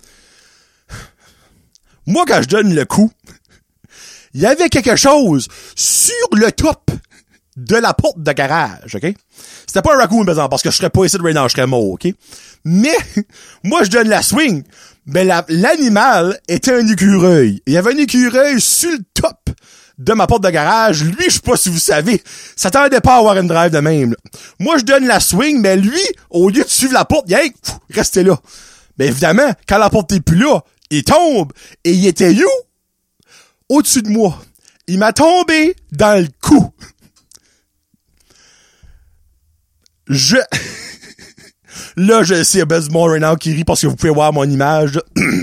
Moi, quand je donne le coup, il y avait quelque chose sur le top de la porte de garage, OK? C'était pas un raccoon, par exemple, parce que je serais pas ici de right now, je serais mort, OK? Mais, moi, je donne la swing, mais la, l'animal était un écureuil. Il y avait un écureuil sur le top de ma porte de garage. Lui, je sais pas si vous savez, s'attendait pas à avoir une drive de même, là. Moi, je donne la swing, mais lui, au lieu de suivre la porte, il hey, pff, restez là. Mais évidemment, quand la porte est plus là, il tombe, et il était où? Au-dessus de moi. Il m'a tombé dans le cou. Je... Là, je sais, il y a ben du monde right now qui rit parce que vous pouvez voir mon image.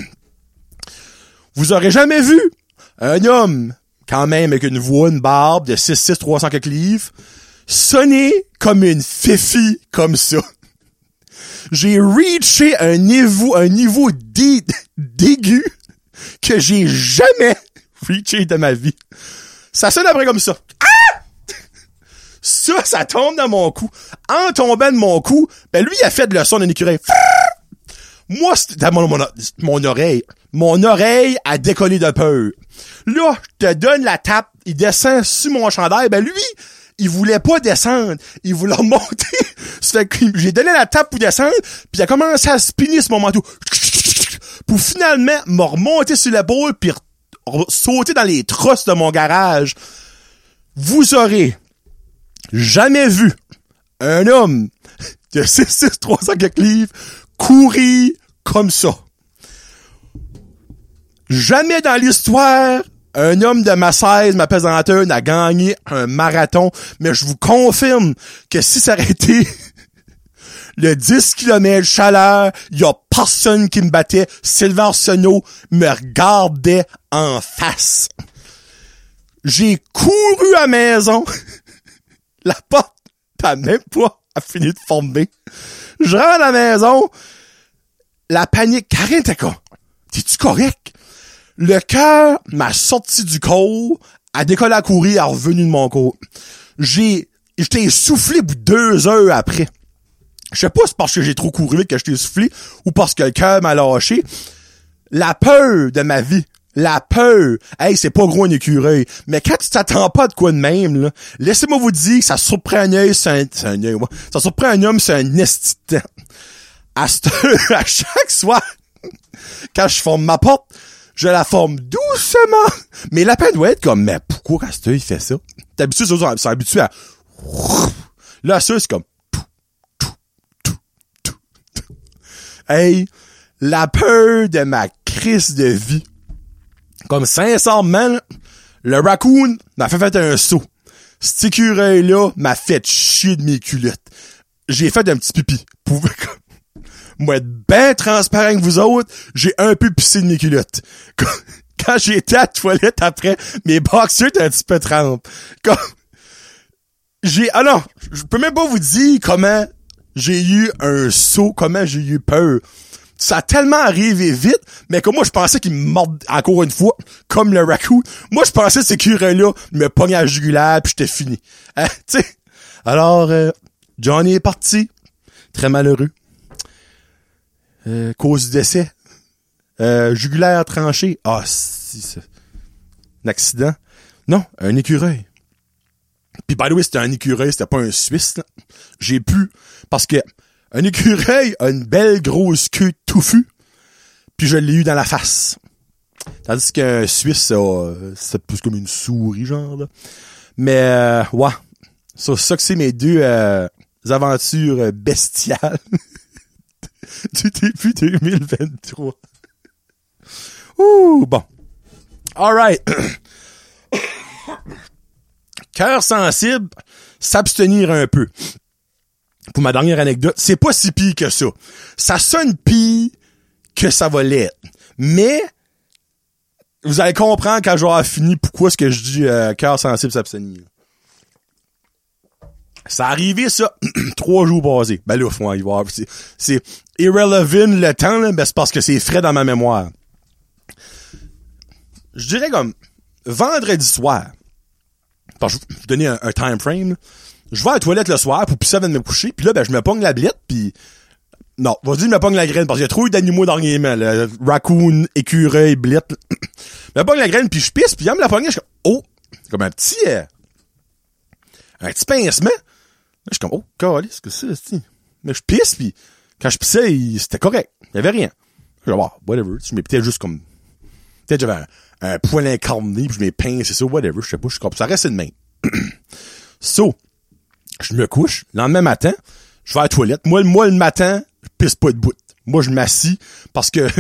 Vous aurez jamais vu un homme, quand même, avec une voix, une barbe de six six, trois cents quelques livres, sonner comme une fifi comme ça. J'ai reaché un niveau, un niveau dé, d'aigu que j'ai jamais reaché de ma vie. Ça sonne après comme ça. Ah! Ça, ça tombe dans mon cou. En tombant de mon cou, ben lui, il a fait de le son d'un écureuil. Moi, c'était dans mon, mon, mon oreille. Mon oreille a décollé de peur. Là, je te donne la tape, il descend sur mon chandail. Ben lui, il voulait pas descendre. Il voulait remonter. Ça fait que j'ai donné la tape pour descendre, puis il a commencé à spinner ce moment-là. Pour finalement me remonter sur l'épaule, puis sauter dans les trosses de mon garage. Vous aurez jamais vu un homme de six six, trois cents quelques livres courir comme ça. Jamais dans l'histoire, un homme de ma size, ma pesanteur, n'a gagné un marathon, mais je vous confirme que si ça aurait été le dix kilomètres chaleur, il y a personne qui me battait. Sylvain Arsenault me regardait en face. J'ai couru à la maison. La porte, t'as même pas à finir de former. Je rentre à la maison. La panique. Karine, t'es quoi? T'es-tu correct? Le cœur m'a sorti du corps. A décollé à courir, a revenu de mon corps. J'ai, j'étais essoufflé pour deux heures après. Je sais pas si c'est parce que j'ai trop couru vite que j'étais essoufflé ou parce que le cœur m'a lâché. La peur de ma vie La peur. Hey, c'est pas gros un écureuil. Mais quand tu t'attends pas de quoi de même, là, laissez-moi vous dire que ça surprend un œil, c'est un, c'est un œil, ouais. Ça surprend un homme, c'est un esti de temps. À, cette, à chaque soir, quand je forme ma porte, je la forme doucement. Mais la peine doit être comme, mais pourquoi quand cet œil fait ça? T'es habitué, ils sont habitués à, là, ça, c'est comme, hey, la peur de ma crise de vie. Comme sincèrement, là, le raccoon m'a fait faire un saut. Cet écureuil-là m'a fait chier de mes culottes. J'ai fait un petit pipi. Pour moi être ben transparent avec vous autres, j'ai un peu pissé de mes culottes. Quand, quand j'étais à la toilette après, mes boxers étaient un petit peu trempes. Comme, j'ai, ah non, je peux même pas vous dire comment j'ai eu un saut, comment j'ai eu peur. Ça a tellement arrivé vite, mais que moi, je pensais qu'il me morde encore une fois, comme le raccoon. Moi, je pensais que ce curé-là me pognait à la jugulaire, puis j'étais fini. Hein, tu sais. Alors, euh, Johnny est parti. Très malheureux. Euh, cause du décès. Euh, jugulaire tranché. Ah, si, c'est un accident. Non, un écureuil. Puis, by the way, c'était un écureuil, c'était pas un Suisse, là. J'ai pu, parce que un écureuil a une belle grosse queue touffue, puis je l'ai eu dans la face. Tandis qu'un Suisse, euh, c'est plus comme une souris, genre, là. Mais, euh, ouais. Ça, ça que c'est mes deux euh, aventures bestiales du début deux mille vingt-trois. Ouh, bon. Alright. Cœur sensible, s'abstenir un peu. Pour ma dernière anecdote, c'est pas si pire que ça. Ça sonne pire que ça va l'être. Mais, vous allez comprendre quand j'aurai fini pourquoi est-ce que je dis euh, cœur sensible s'abstenir. Ça arrivé, ça, trois jours passés. Ben là, faut y voir. C'est, c'est irrelevant le temps, là, ben c'est parce que c'est frais dans ma mémoire. Je dirais comme vendredi soir. Parce que je vais vous donner un, un time frame. Je vais à la toilette le soir pour pisser avant de me coucher, puis là, ben, je me pogne la blette, puis non, vas-y, je me pogne la graine, parce qu'il y a trop eu d'animaux dernièrement, là. Raccoon, écureuil, blette. Je me pogne la graine, puis je pisse, puis il me la pogne, je suis comme, oh, c'est comme un petit, euh, un petit pincement. Là, je suis comme, oh, câlisse, qu'est-ce que c'est, ça, mais je pisse, puis quand je pissais, il, c'était correct. Il y avait rien. Je dis, oh, whatever. Je m'ai peut-être juste comme, peut-être j'avais un, un poil incarné, puis je m'ai pincé ça, whatever, je sais pas, je suis comme, ça reste de même. So, je me couche, le lendemain matin, je vais à la toilette. Moi, moi le matin, je pisse pas de bout. Moi, je m'assis parce que...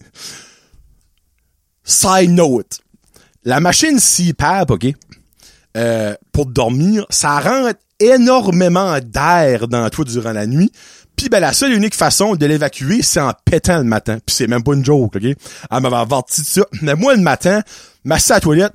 Side note, la machine C PAP, OK, euh, pour dormir, ça rentre énormément d'air dans toi durant la nuit. Puis ben la seule et unique façon de l'évacuer, c'est en pétant le matin. Puis c'est même pas une joke, OK? Elle m'avait averti de ça. Mais moi, le matin, m'assis à la toilette...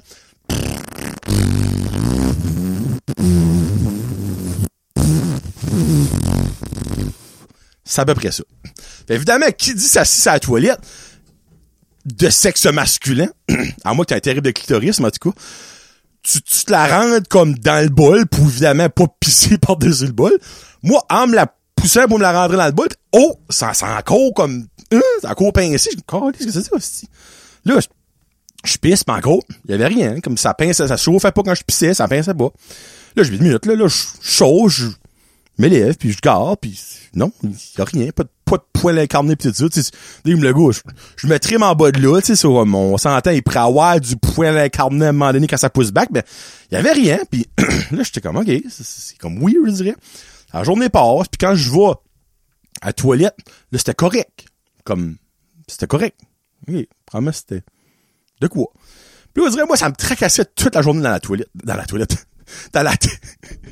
C'est à peu près ça. Fait évidemment, qui dit s'assis à la toilette de sexe masculin, à moins que tu aies un terrible de clitorisme, en tout cas, tu, tu te la rentres comme dans le bol pour évidemment pas pisser par-dessus le bol. Moi, en me la poussant pour me la rentrer dans le bol, pis, oh, ça sent encore comme, euh, c'est encore pincé. Je me dis, qu'est-ce que c'est ça, aussi? Là, je, je pisse, pis encore, il y avait rien. Comme ça pinçait, ça chauffait pas quand je pissais, ça pinçait pas. Là, je me dis, minute, là, là, je chaud, je m'élève, puis je garde, puis non, il y a rien, pas de, pas de poil incarné pis tout ça, tu sais, là, le gars, je, je me trime en bas de là, tu sais, sur mon, on s'entend, il pourrait avoir du poil incarné à un moment donné quand ça pousse back, ben, il y avait rien, puis là, j'étais comme, ok, c'est, c'est comme weird, je dirais. La journée passe, puis quand je vais à la toilette, là, c'était correct. Comme, c'était correct. Ok, vraiment, c'était de quoi. Puis là, je dirais, moi, ça me tracassait toute la journée dans la toilette, dans la toilette, dans la tête.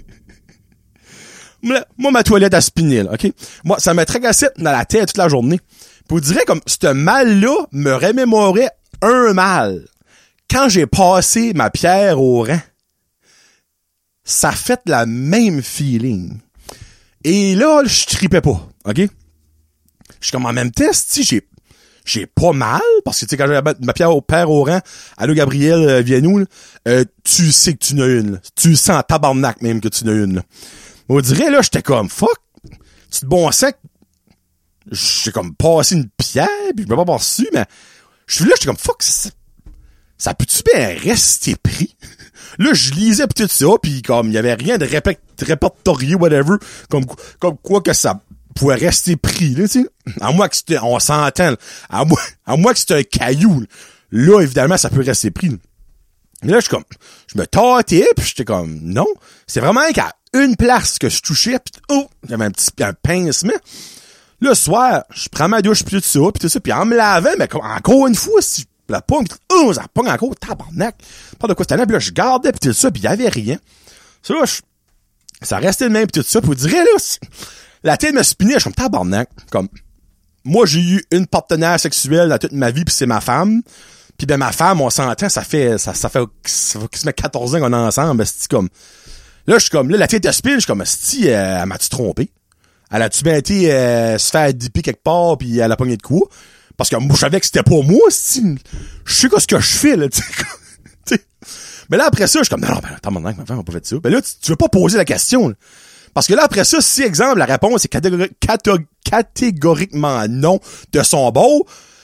Moi, ma toilette à spinner, là, OK? Moi, ça me tracassait dans la tête toute la journée. Puis vous direz comme, ce mal-là me remémorait un mal. Quand j'ai passé ma pierre au rang, ça fait la même feeling. Et là, je tripais pas, OK? Je suis comme en même test, si j'ai j'ai pas mal, parce que tu sais, quand j'ai ma pierre au père au rang, allô Gabriel, euh, viens nous, euh, tu sais que tu n'as une, là. Tu sens tabarnak même que tu n'as une, là. On dirait, là, j'étais comme, fuck, tu te bon sec, j'ai comme passé une pierre, puis je me pas par dessus, mais je suis là, j'étais comme, fuck, c'est, ça peut-tu bien rester pris? Là, je lisais pis tout ça, pis comme, il y avait rien de répé- répertorié, whatever, comme, comme quoi que ça pouvait rester pris, là, tu sais. À moins que c'était, on s'entend, là. à moins, à moins que c'était un caillou, là. Là, évidemment, ça peut rester pris, là. Mais là, je suis comme, je me tâtais, pis j'étais comme, non. C'est vraiment qu'à une place que je touchais, pis oh, il y avait un petit, un pincement. Là, le soir, je prends ma douche pis tout ça, pis tout ça, pis en me lavant, mais comme, encore une fois, si la pogne, oh, ça pogne encore, tabarnak. Pas de quoi c'était là, pis là, je gardais pis tout ça, pis il y avait rien. Ça, là, je, ça restait le même pis tout ça, pis vous direz, là, la tête me spinait, je suis comme tabarnak. Comme, moi, j'ai eu une partenaire sexuelle dans toute ma vie pis c'est ma femme. Pis ben, ma femme, on s'entend, ça fait, ça, ça fait, ça fait, ça fait quatorze ans qu'on est ensemble, c'est comme, là, je suis comme, là, la tête de spin, je suis comme, sti, euh, elle m'a-tu trompé? Elle a-tu bien été, euh, se faire dipper quelque part pis elle a pogné de quoi? Parce que moi, je savais que c'était pas moi, sti. Je sais quoi ce que je fais, là, tu sais. Mais là, après ça, je suis comme, non, non, ben, attends, maintenant que ma femme a pas fait ça. Ben là, tu, tu veux pas poser la question, là. Parce que là, après ça, si, exemple, la réponse est catégori- catég- catégoriquement non de son bord,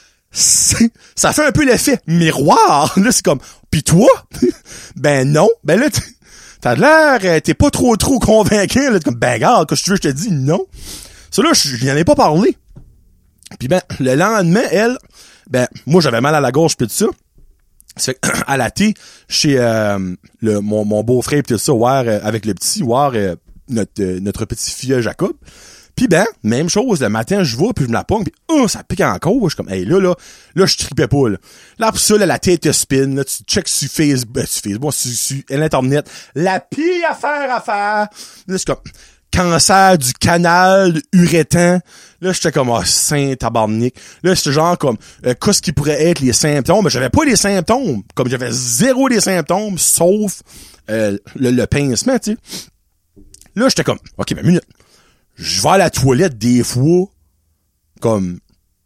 c'est, ça fait un peu l'effet miroir. Là, c'est comme, pis toi? Ben non. Ben là, t'as l'air, euh, t'es pas trop trop convaincant, là. T'es comme, ben regarde, que je te veux, je te dis non. Ça, là, je n'y en ai pas parlé. Puis ben, le lendemain, elle, ben, moi, j'avais mal à la gorge pis tout ça. C'est à la thé, chez euh, le, mon, mon beau-frère pis tout ça, voir euh, avec le petit, voir euh, notre, euh, notre petit filleul Jacob. Pis ben, même chose, le matin, je vais, puis je me la pogne, pis oh, ça pique encore. Je suis comme, hey, là, là, là, je tripais pas, là. Là, pour ça, là, la tête te spin, là, tu checkes sur Facebook, ben, sur Facebook, sur, sur l'Internet, la pire affaire à faire. Là, c'est comme, cancer du canal urétin. Là, j'étais comme, oh, saint tabarnak. Là, c'était genre comme, euh, qu'est-ce qui pourrait être les symptômes? Mais j'avais pas les symptômes. Comme j'avais zéro des symptômes, sauf euh, le, le pincement, tu sais. Là, j'étais comme, OK, ben, minute. Je vais à la toilette des fois, comme,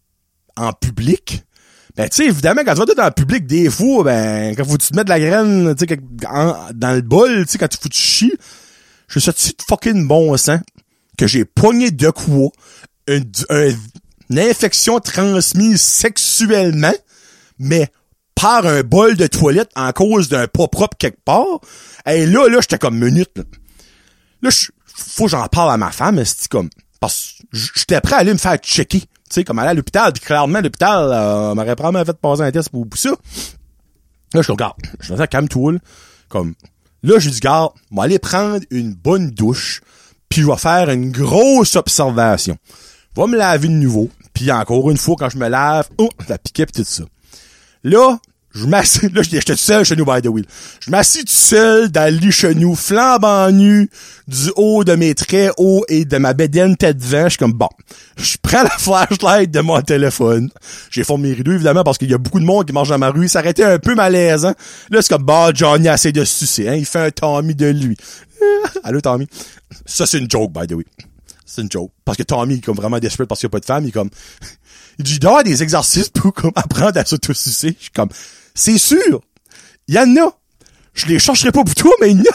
en public. Ben, tu sais, évidemment, quand tu vas dans le public, des fois, ben, quand faut que tu te mettes de la graine, tu sais, dans le bol, tu sais, quand tu fous tu chies, je suis sorti de fucking bon sang que j'ai pogné de quoi, une, une, une infection transmise sexuellement, mais par un bol de toilette en cause d'un pas propre quelque part. Et là, là, j'étais comme minute, là. Là, je, faut que j'en parle à ma femme, c'est comme, parce que j'étais prêt à aller me faire checker, tu sais, comme aller à l'hôpital, puis clairement, l'hôpital, euh, m'aurait probablement fait passer un test pour, pour ça. Là, je regarde, je me dis, calme-toi, là, comme, là, je dis, garde, je vais aller prendre une bonne douche, puis je vais faire une grosse observation. Je vais me laver de nouveau, puis encore une fois, quand je me lave, oh, la piquette pis tout ça. Là, je m'assis, là, j'étais tout seul chez nous, by the way. Je m'assis tout seul dans le lit chez nous, flambant nu, du haut de mes traits hauts et de ma bédaine tête vent. Je suis comme, bon, je prends la flashlight de mon téléphone. J'ai formé mes rideaux, évidemment, parce qu'il y a beaucoup de monde qui marche dans ma rue. Ça aurait été un peu malaisant. Là, c'est comme, bah, Johnny essaie de se sucer, hein. Il fait un Tommy de lui. Allô, Tommy? Ça, c'est une joke, by the way. C'est une joke. Parce que Tommy, il est comme vraiment desperate parce qu'il n'y a pas de femme. Il est comme, il dit, il doit y avoir des exercices pour comme apprendre à s'auto-sucer. Je suis comme, c'est sûr. Il y en a. Je les chercherai pas pour toi, mais il y en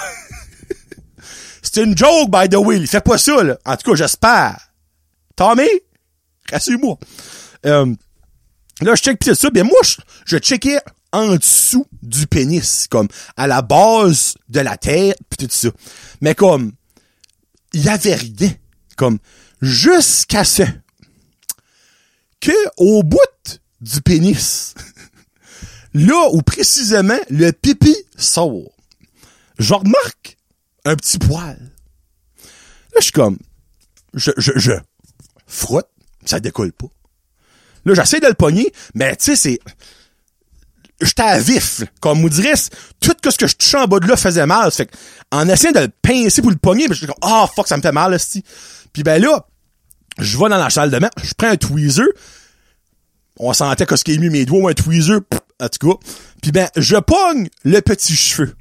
a. C'est une joke, by the way. Il fait pas ça, là. En tout cas, j'espère. Tommy? Rassure-moi. Euh, là, je check pis ça. Ben, moi, je, je checkais en dessous du pénis. Comme, à la base de la tête pis tout ça. Mais comme, il y avait rien. Comme, jusqu'à ce que, au bout du pénis, là où précisément le pipi sort, je remarque un petit poil. Là, je suis comme, je, je, je frotte, ça décolle pas. Là, j'essaie de le pogner, mais tu sais, c'est, j'étais à vif, comme on dirait, tout ce que je touchais en bas de là faisait mal. Fait que, en essayant de le pincer pour le pogner, j'étais comme, ah, oh, fuck, ça me fait mal, là, c'ti. Puis ben là, je vais dans la salle de bain, je prends un tweezer, on sentait que ce qui est mis mes doigts ou un tweezer, pff, en tout cas. Puis ben, je pogne le petit cheveu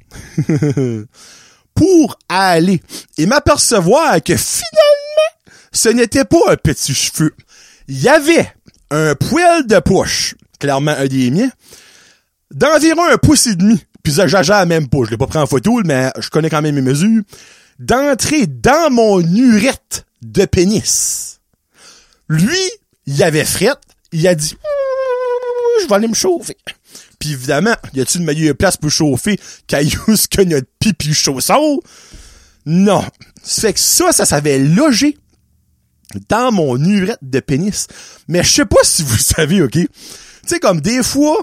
pour aller et m'apercevoir que finalement, ce n'était pas un petit cheveu. Il y avait un poil de poche, clairement un des miens, d'environ un pouce et demi. Puis ça, j'agère même pas. Je l'ai pas pris en photo, mais je connais quand même mes mesures. D'entrer dans mon urette de pénis. Lui, il avait frette. Il a dit, je vais aller me chauffer. Puis évidemment, y a-t-il une meilleure place pour chauffer qu'à use que notre pipi chausson? Non. Ça fait que ça, ça s'avait logé dans mon urètre de pénis. Mais je sais pas si vous savez, OK? Tu sais, comme des fois...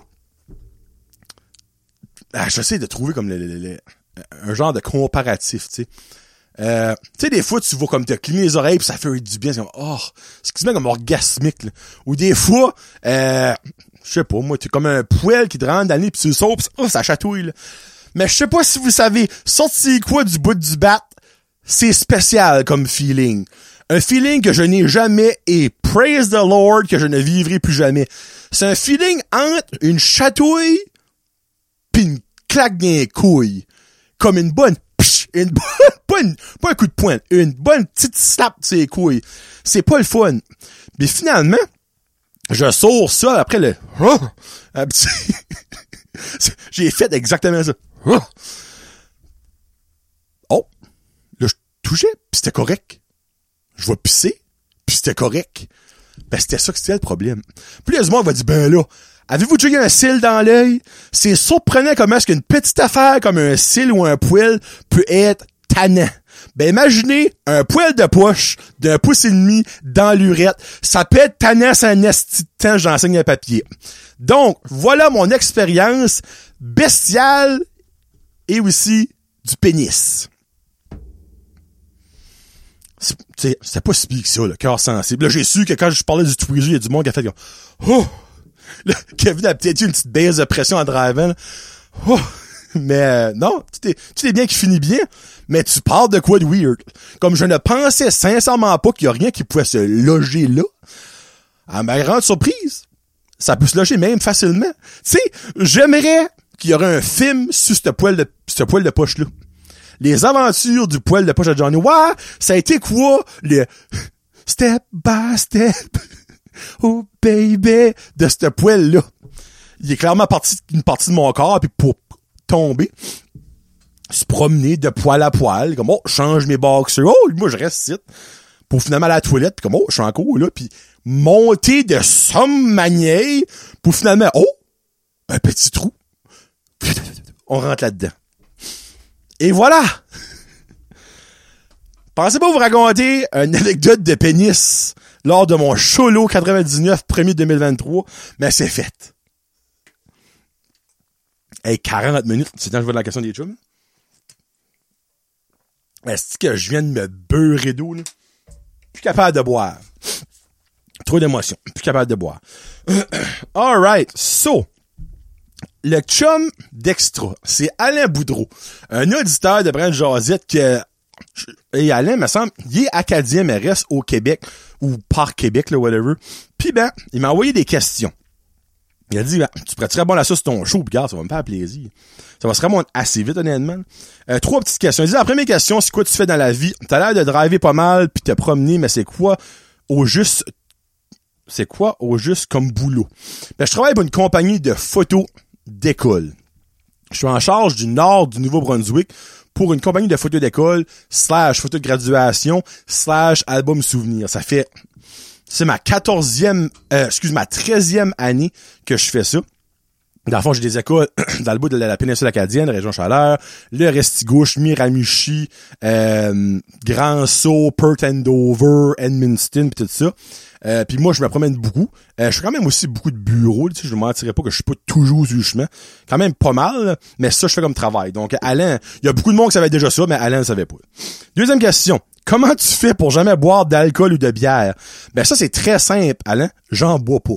Ah, j'essaie de trouver comme le, le, le, un genre de comparatif, tu sais. Euh, tu sais, des fois, tu vas comme te cligner les oreilles pis ça fait du bien. C'est comme, oh, c'est quasiment comme orgasmique, là. Ou des fois, euh, je sais pas, moi, t'es comme un poêle qui te rentre dans le nez pis tu le sors pis oh, ça chatouille, là. Mais je sais pas si vous savez, sortir quoi du bout du bat, c'est spécial comme feeling. Un feeling que je n'ai jamais et praise the Lord que je ne vivrai plus jamais. C'est un feeling entre une chatouille pis une claque dans les couilles. Comme une bonne psh, une bonne, pas, une, pas un coup de poing, une bonne petite slap de ses couilles. C'est pas le fun. Mais finalement, je sors ça après le oh, un petit j'ai fait exactement ça. Oh, oh là, je touchais, pis c'était correct. Je vais pisser, pis c'était correct. Ben, c'était ça que c'était le problème. Puis là, on va dire, ben là, avez-vous déjà eu un cil dans l'œil? C'est surprenant comment est-ce qu'une petite affaire comme un cil ou un poil peut être tannant. Ben, imaginez un poil de poche d'un pouce et demi dans l'urètre. Ça peut être tannant, c'est un esti de temps, j'enseigne un papier. Donc, voilà mon expérience bestiale et aussi du pénis. C'est, c'était pas si pire que ça, le cœur sensible. Là, j'ai su que quand je parlais du Tweezer, il y a du monde qui a fait comme, oh! Là, Kevin a peut-être eu une petite baisse de pression en driving. Oh! Mais, euh, non, tu t'es, tu t'es bien qui finit bien, mais tu parles de quoi de weird? Comme je ne pensais sincèrement pas qu'il y a rien qui pouvait se loger là. À ma grande surprise, ça peut se loger même facilement. Tu sais, j'aimerais qu'il y aurait un film sur ce poil de, ce poil de poche-là. Les aventures du poil de poche de Johnny. Ouais, ça a été quoi? Le step by step. Oh baby. De ce poil-là. Il est clairement parti une partie de mon corps, puis pour tomber, se promener de poil à poil, comme, oh, je change mes boxers. Oh, moi, je reste ici. Pour finalement aller à la toilette, puis comme, oh, je suis encore là, puis monter de somme manière, pour finalement, oh, un petit trou. On rentre là-dedans. Et voilà! Pensez pas vous raconter une anecdote de pénis lors de mon Cholo quatre-vingt-dix-neuf premier deux mille vingt-trois, mais c'est fait. Hey, quarante minutes, c'est temps que je vois la question des chums. Est-ce que je viens de me beurrer d'eau, là? Plus capable de boire. Trop d'émotions. Plus capable de boire. Alright, so... Le chum d'Extra, c'est Alain Boudreau, un auditeur de Brand Josette que, et Alain, me semble, il est acadien, mais reste au Québec, ou par Québec, là, whatever. Puis ben, il m'a envoyé des questions. Il a dit, ben, tu prêterais bon la sauce sur ton show, pis regarde, ça va me faire plaisir. Ça va se remonter assez vite, honnêtement. Euh, trois petites questions. Il dit, la première question, c'est quoi tu fais dans la vie? T'as l'air de driver pas mal, puis te promener, mais c'est quoi au juste, c'est quoi au juste comme boulot? Ben, je travaille pour une compagnie de photos d'école. Je suis en charge du nord du Nouveau-Brunswick pour une compagnie de photos d'école slash photo de graduation slash album souvenir. Ça fait, c'est ma quatorzième, euh, excuse, ma treizième année que je fais ça. Dans le fond, j'ai des écoles dans le bout de la, la péninsule acadienne, région Chaleur, le Restigouche, Miramichi, euh, Grand Sault, Perth Andover, Edmundston, pis tout ça. Euh, puis moi, je me promène beaucoup. Euh, je fais quand même aussi beaucoup de bureaux. Tu sais, je ne mentirais pas que je suis pas toujours sur le chemin. Quand même pas mal, là, mais ça, je fais comme travail. Donc, Alain, il y a beaucoup de monde qui savait déjà ça, mais Alain ne savait pas. Deuxième question. Comment tu fais pour jamais boire d'alcool ou de bière? Ben ça, c'est très simple, Alain. J'en bois pas.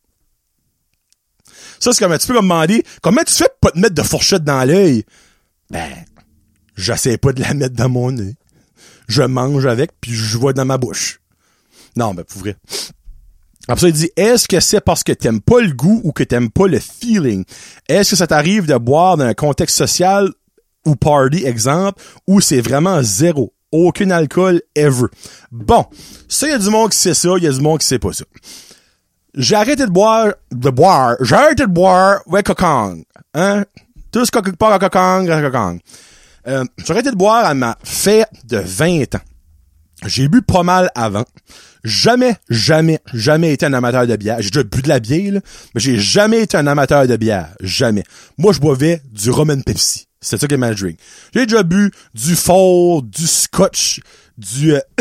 Ça, c'est comme tu peux me demander, comment tu fais pour pas te mettre de fourchette dans l'œil? Ben, j'essaie pas de la mettre dans mon nez. Je mange avec, puis je vois dans ma bouche. Non, ben, pour vrai. Après ça, il dit, est-ce que c'est parce que t'aimes pas le goût ou que t'aimes pas le feeling? Est-ce que ça t'arrive de boire dans un contexte social ou party, exemple, où c'est vraiment zéro? Aucun alcool, ever. Bon. Ça, il y a du monde qui sait ça, il y a du monde qui sait pas ça. J'ai arrêté de boire, de boire, j'ai arrêté de boire, ouais, cocong. Hein? Tout ce quelque part à cocong, à cocong. Euh, j'ai arrêté de boire à ma fête de vingt ans. J'ai bu pas mal avant. Jamais, jamais, jamais été un amateur de bière. J'ai déjà bu de la bière, là, mais j'ai jamais été un amateur de bière. Jamais. Moi, je boivais du rum and Pepsi. C'était ça que ma drink. J'ai déjà bu du fort, du scotch, du... Euh...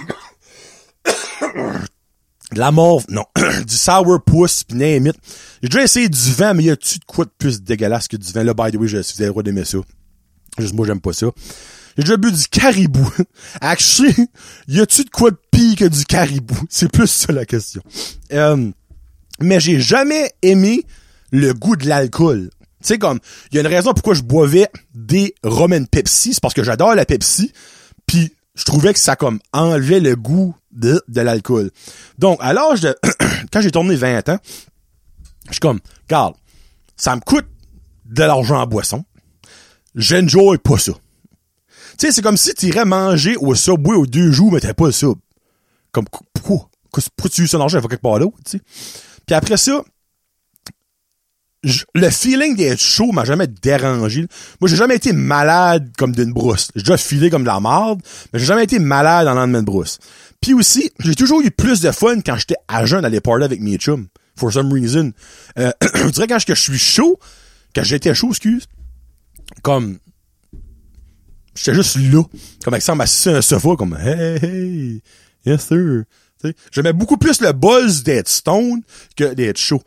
de la morve, non, du sourpuss, pis name it. J'ai déjà essayé du vin, mais y a-tu de quoi de plus dégueulasse que du vin? Là, by the way, je suis le droit d'aimer ça. Juste moi, j'aime pas ça. J'ai déjà bu du caribou. Actually, y a-tu de quoi de pire que du caribou? C'est plus ça la question. Euh, mais j'ai jamais aimé le goût de l'alcool. Tu sais, comme, il y a une raison pourquoi je boivais des rum and Pepsi, c'est parce que j'adore la Pepsi, puis je trouvais que ça, comme, enlevait le goût de, de l'alcool. Donc, à l'âge de... quand j'ai tourné vingt ans, je suis comme, regarde, ça me coûte de l'argent en boisson. J'enjoy pas ça. Tu sais, c'est comme si tu irais manger au Subway aux deux jours, mais t'avais pas le sub. Comme, pourquoi? Pourquoi tu uses ton argent? Il faut quelque part d'autre, tu sais. Puis après ça, je, le feeling d'être chaud m'a jamais dérangé. Moi, j'ai jamais été malade comme d'une brousse. J'ai déjà filé comme de la marde, mais j'ai jamais été malade en lendemain de brousse. Puis aussi, j'ai toujours eu plus de fun quand j'étais à jeun d'aller parler avec mes chums. For some reason. Euh, je dirais quand je suis chaud, quand j'étais chaud, excuse, comme, j'étais juste là. Comme avec ça, m'assis sur un sofa, comme, hey, hey, yes sir. T'sais, j'aimais beaucoup plus le buzz d'être stone que d'être chaud.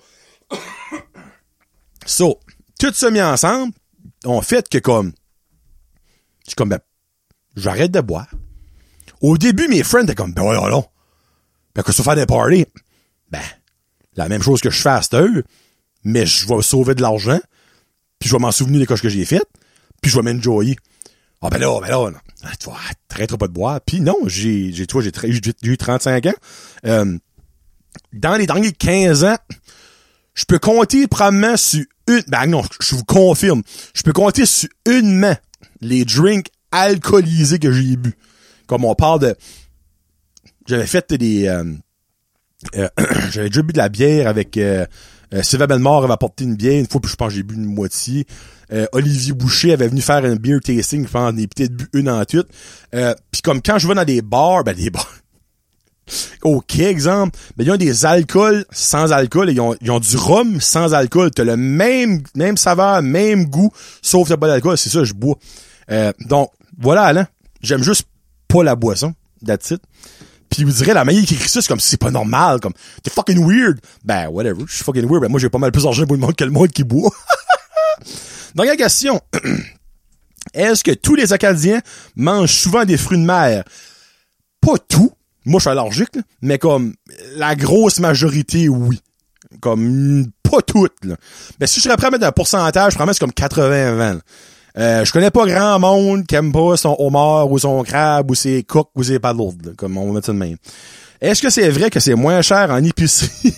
So, tout ça mis ensemble, on fait que comme, je suis comme, ben, j'arrête de boire. Au début, mes friends étaient comme, ben ouais, non. Ben, que ça faire des parties? Ben, la même chose que je fais à cette heure, mais je vais sauver de l'argent, puis je vais m'en souvenir des coches que j'ai faites, puis je vais m'enjoyer. Ah, ben là, ben là, non. Tu vois, t'arrêteras pas de boire. Puis non, j'ai, j'ai, toi, j'ai, j'ai, j'ai eu trente-cinq ans. Euh, dans les derniers quinze ans, je peux compter probablement sur une, ben non, je vous confirme, je peux compter sur une main les drinks alcoolisés que j'ai bu. Comme on parle de, j'avais fait des, euh, euh, j'avais déjà bu de la bière avec, euh, euh, Sylvain Bellemare avait apporté une bière une fois, puis je pense que j'ai bu une moitié. Euh, Olivier Boucher avait venu faire un beer tasting, je pense, j'en ai peut-être bu une en tout. Euh, puis comme quand je vais dans des bars, ben des bars, OK, exemple, ben, ils ont des alcools sans alcool et ils ont, ils ont du rhum sans alcool. T'as le même, même saveur, même goût, sauf que t'as pas d'alcool. C'est ça, je bois. Euh, donc, voilà, Alain. J'aime juste pas la boisson. That's it. Puis vous direz, la manière qui écrit ça, c'est comme si c'est pas normal, comme, t'es fucking weird. Ben, whatever, je suis fucking weird. Ben, moi, j'ai pas mal plus d'argent pour le monde que le monde qui boit. Dernière question. Est-ce que tous les Acadiens mangent souvent des fruits de mer? Pas tout. Moi, je suis allergique, là, mais comme la grosse majorité, oui. Comme pas toutes. Là. Mais si je serais prêt à mettre un pourcentage, je pourrais mettre comme quatre-vingts vingt. Euh, je connais pas grand monde qui aime pas son homard ou son crabe ou ses coques ou ses palourdes, comme on va mettre ça de même. Est-ce que c'est vrai que c'est moins cher en épicerie?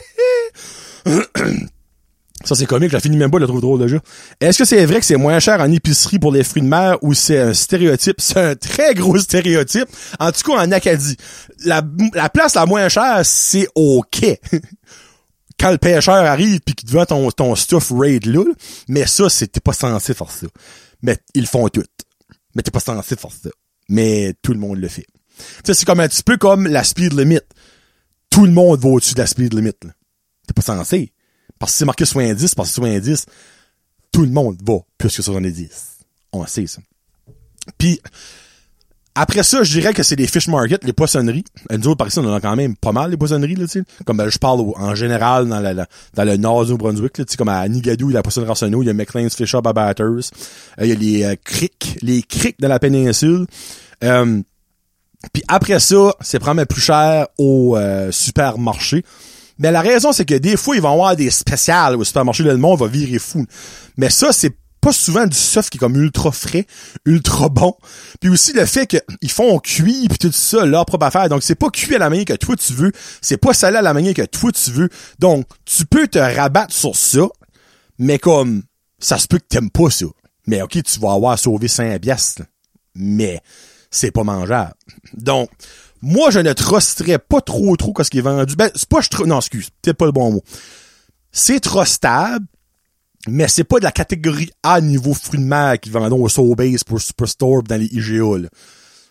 Ça, c'est comique, je la finis même pas, je la trouve drôle déjà. Est-ce que c'est vrai que c'est moins cher en épicerie pour les fruits de mer ou c'est un stéréotype? C'est un très gros stéréotype. En tout cas, en Acadie. La, la place la moins chère, c'est au quai. Quand le pêcheur arrive pis qu'il te vend ton, ton stuff raid là, mais ça, c'est, t'es pas censé faire ça. Mais ils le font tout. Mais t'es pas censé faire ça. Mais tout le monde le fait. Tu sais, c'est comme un petit peu comme la speed limit. Tout le monde va au-dessus de la speed limit, là. T'es pas censé. Parce que c'est marqué soixante-dix, parce que soixante-dix, tout le monde va plus que soixante-dix. On sait ça. Puis, après ça, je dirais que c'est les fish market, les poissonneries. Nous autres, par ici, on en a quand même pas mal, les poissonneries, là, tu sais. Comme, ben, je parle au, en général dans, la, la, dans le nord du Nouveau-Brunswick, là, tu sais, comme à Nigadoo, il y a la poissonnerie Arsenault, il y a McLean's Fish Shop à Bathurst, euh, il y a les euh, criques, les criques de la péninsule. Euh, puis après ça, c'est probablement plus cher au euh, supermarché. Mais la raison, c'est que des fois, ils vont avoir des spéciales au supermarché, là, le monde va virer fou. Mais ça, c'est pas souvent du stuff qui est comme ultra frais, ultra bon. Puis aussi le fait qu'ils font cuit puis tout ça, leur propre affaire. Donc, c'est pas cuit à la manière que toi tu veux. C'est pas salé à la manière que toi tu veux. Donc, tu peux te rabattre sur ça, mais comme, ça se peut que t'aimes pas ça. Mais ok, tu vas avoir sauvé cinq piastres. Mais, c'est pas mangeable. Donc, moi, je ne trusterais pas trop trop quand ce qui est vendu. Ben, c'est pas je tr... Non, excuse, peut-être pas le bon mot. C'est trustable, mais c'est pas de la catégorie A niveau fruits de mer qu'ils vendent au Sobeys pour Superstore dans les I G A, là.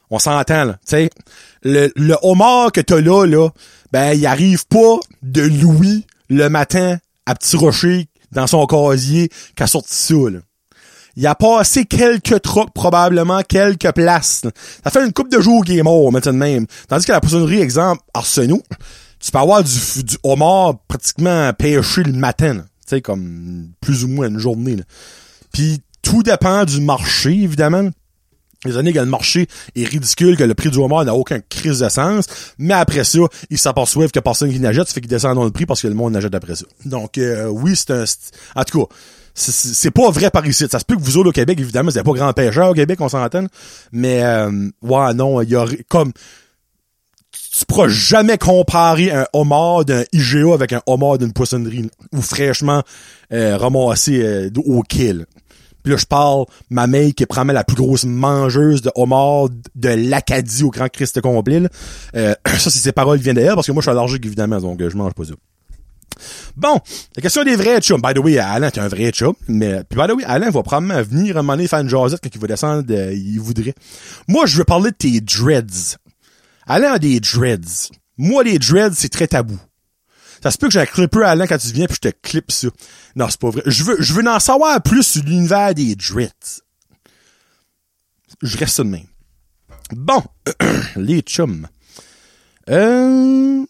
On s'entend, là. Tu sais, le, le homard que t'as là, là, ben, il arrive pas de Louis le matin à Petit Rocher dans son casier qu'a sorti ça, là. Il a passé quelques trucs, probablement quelques places. Là. Ça fait une couple de jours qu'il est mort, maintenant de même. Tandis que la poissonnerie, exemple, Arsenault, tu peux avoir du, du homard pratiquement pêché le matin, tu sais, comme plus ou moins une journée. Là. Puis tout dépend du marché, évidemment. Les années que le marché est ridicule, que le prix du homard n'a aucun crise de sens, mais après ça, ils s'aperçoivent que personne qui n'achète, ça fait qu'ils descendent dans le prix parce que le monde n'achète après ça. Donc euh, oui, c'est un... En tout cas, c'est, c'est pas vrai par ici. Ça se peut que vous autres au Québec, évidemment, vous n'avez pas grand pêcheur au Québec, on s'entend. Mais euh, ouais, non, il y a comme... Tu pourras jamais comparer un homard d'un I G A avec un homard d'une poissonnerie, là, ou fraîchement euh, ramassé euh, au kill. Puis là, je parle, ma mère qui est probablement la plus grosse mangeuse de homard de l'Acadie au Grand Christ complet. Là. Euh, ça, c'est ses paroles qui viennent d'elle, parce que moi, je suis allergique, évidemment, donc euh, je mange pas ça. Bon, la question des vrais chums. By the way, Alain est un vrai chum, mais puis by the way, Alain va probablement venir à un moment donné faire une jasette quand il va descendre, euh, il voudrait. Moi, je veux parler de tes dreads. Alain a des dreads. Moi, les dreads, c'est très tabou. Ça se peut que j'ai un clipper à Alain quand tu viens puis je te clippe ça. Non, c'est pas vrai. Je veux, je veux en savoir plus sur l'univers des dreads. Je reste ça de même. Bon. Les chums. Euh...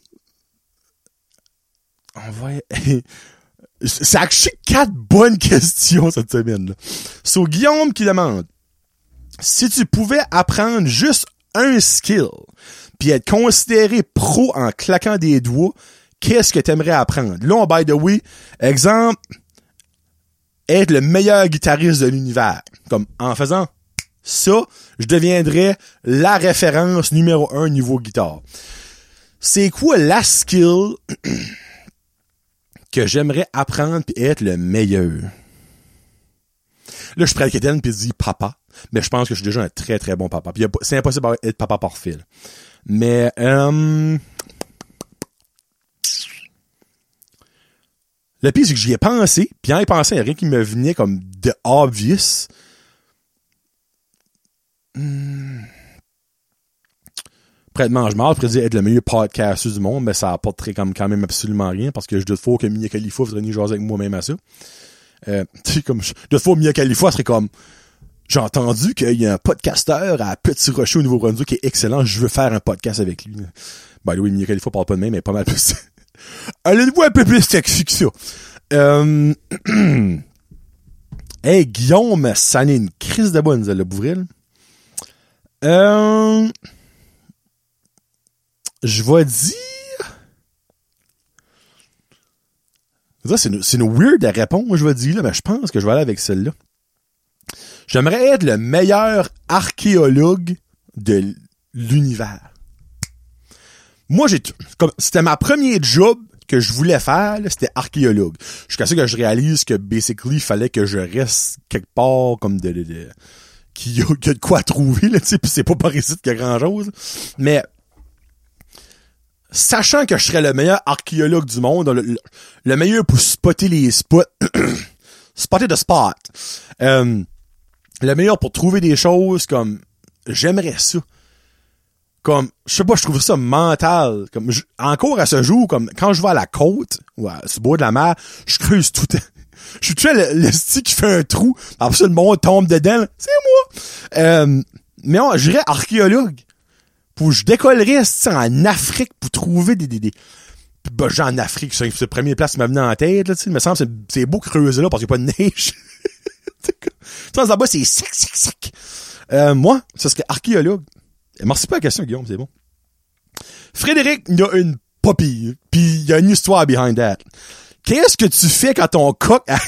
On va... Ça a acheté quatre bonnes questions cette semaine-là. So, Guillaume qui demande, si tu pouvais apprendre juste un skill puis être considéré pro en claquant des doigts, qu'est-ce que t'aimerais apprendre? Là, on, by the way, exemple, être le meilleur guitariste de l'univers. Comme, en faisant ça, je deviendrais la référence numéro un niveau guitare. C'est quoi la skill que j'aimerais apprendre pis être le meilleur? Là, je prends le quétaine pis je dis papa. Mais je pense que je suis déjà un très très bon papa. Pis c'est impossible d'être papa parfait. Là. Mais, euh... le pire, c'est que j'y ai pensé, puis en y pensant, il n'y a rien qui me venait comme de obvious. Hmm. Prêtement, je m'en dire être le meilleur podcaster du monde, mais ça apporterait comme quand même absolument rien, parce que je doute fort que Mia Khalifa voudrait venir jaser avec moi-même à ça. Euh, tu sais, comme, je doute fort Mia Khalifa serait comme, j'ai entendu qu'il y a un podcasteur à Petit Rocher au Nouveau-Brunswick qui est excellent, je veux faire un podcast avec lui. Ben oui, Mia Khalifa parle pas de même, mais pas mal plus. Elle a une voix un peu plus sexy que ça. Euh... hey, Guillaume, ça n'est une crise de bonne, le Bouvril. Euh... Je vais dire... C'est une, c'est une weird à répondre, je vais dire, là, mais je pense que je vais aller avec celle-là. J'aimerais être le meilleur archéologue de l'univers. Moi, j'ai, comme, c'était ma première job que je voulais faire, là, c'était archéologue. Jusqu'à ce que je réalise que, basically, il fallait que je reste quelque part, comme de, de, de qu'il y a, qu'il y a de quoi trouver, là, tu sais, pis c'est pas par ici qu'il y a grand chose. Mais, sachant que je serais le meilleur archéologue du monde, le, le, le meilleur pour spotter les spots, spotter the spot, euh, le meilleur pour trouver des choses comme, j'aimerais ça. Comme, je sais pas, je trouve ça mental. Comme, je, encore à ce jour, comme, quand je vais à la côte, ou à, sur le bord de la mer, je creuse tout le temps. Je suis tué le, le stick qui fait un trou, après ça, le monde tombe dedans, c'est moi! Euh, mais on, je dirais archéologue. Pour, je décollerais, en Afrique pour trouver des, des, des, puis bah, genre en Afrique, c'est la première place qui m'a venu en tête, là, tu sais, il me semble que c'est, c'est beau creuser là parce qu'il n'y a pas de neige. Ça, là-bas, c'est sec, sec, sec. Euh, moi, ça serait archéologue. Merci pas la question, Guillaume, c'est bon. Frédéric, il y a une popille, puis il y a une histoire behind that. Qu'est-ce que tu fais quand ton coq a...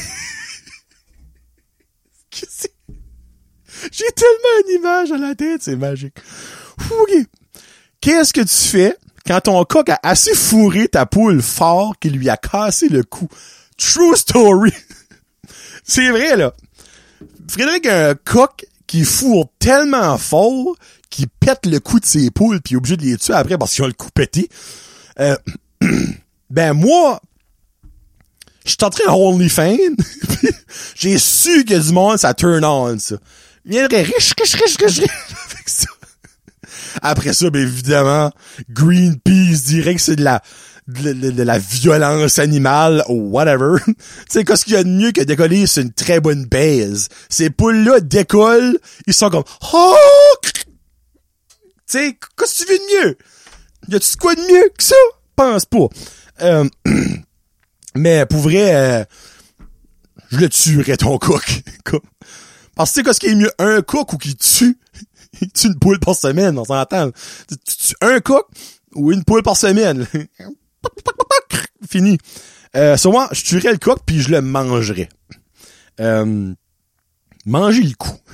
J'ai tellement une image à la tête, c'est magique. OK. Qu'est-ce que tu fais quand ton coq a assez fourré ta poule fort qu'il lui a cassé le cou? True story. C'est vrai, là. Frédéric a un coq qui fourre tellement fort qui pète le cou de ses poules puis est obligé de les tuer après parce qu'ils ont le cou pété. Euh, ben moi, je suis entré en OnlyFans j'ai su que du monde, ça turn on, ça. Il viendrait riche, riche, riche, riche, riche avec ça. Après ça, ben évidemment, Greenpeace dirait que c'est de la de, de, de la violence animale ou whatever. Tu sais, qu'est-ce qu'il y a de mieux que décoller sur une très bonne baise? Ces poules-là décollent, ils sont comme oh! Tu sais, qu'est-ce que tu veux de mieux? Y a-tu quoi de mieux que ça? Pense pas. Euh, mais pour vrai, euh, je le tuerais ton coq. Parce que tu sais qu'est-ce qui est mieux, un coq ou qui tue? Il tue une poule par semaine, on s'entend. Tu tues un coq ou une poule par semaine. Fini. Euh, sur moi, je tuerais le coq puis je le mangerais. Euh, manger le cou.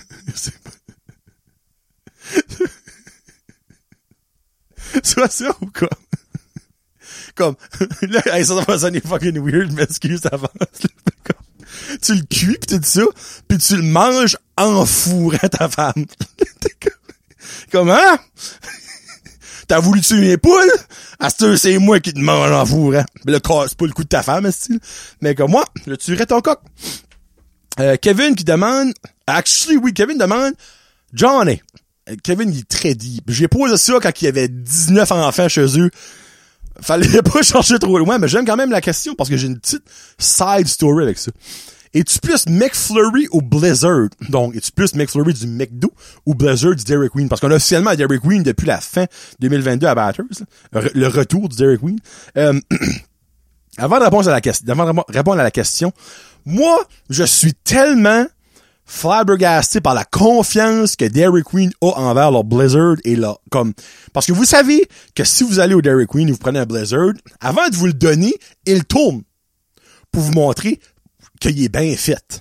Soit ça ou quoi? Comme, là, hey, ça va sonner fucking weird, mais excuse d'avance. Tu le cuis pis tout ça, pis tu le manges en fourrant ta femme. Comment? T'as voulu tuer mes poules? À ce c'est moi qui te mange en fourrant. Mais le cas, c'est pas le coup de ta femme, style. Mais comme moi, je tuerais ton coq. Euh, Kevin qui demande, actually, oui, Kevin demande, Johnny. Kevin, il est très deep. J'ai posé ça quand il y avait dix-neuf enfants chez eux. Fallait pas chercher trop loin, mais j'aime quand même la question parce que j'ai une petite side story avec ça. Es-tu plus McFlurry ou Blizzard? Donc, es-tu plus McFlurry du McDo ou Blizzard du Dairy Queen? Parce qu'on a officiellement Dairy Queen depuis la fin deux mille vingt-deux à Batters. Le retour du Dairy Queen. Euh, avant de répondre à la question, avant de répondre à la question, moi, je suis tellement flabbergasté par la confiance que Dairy Queen a envers leur Blizzard et leur, comme, parce que vous savez que si vous allez au Dairy Queen et vous prenez un Blizzard, avant de vous le donner, il tourne pour vous montrer qu'il est bien fait.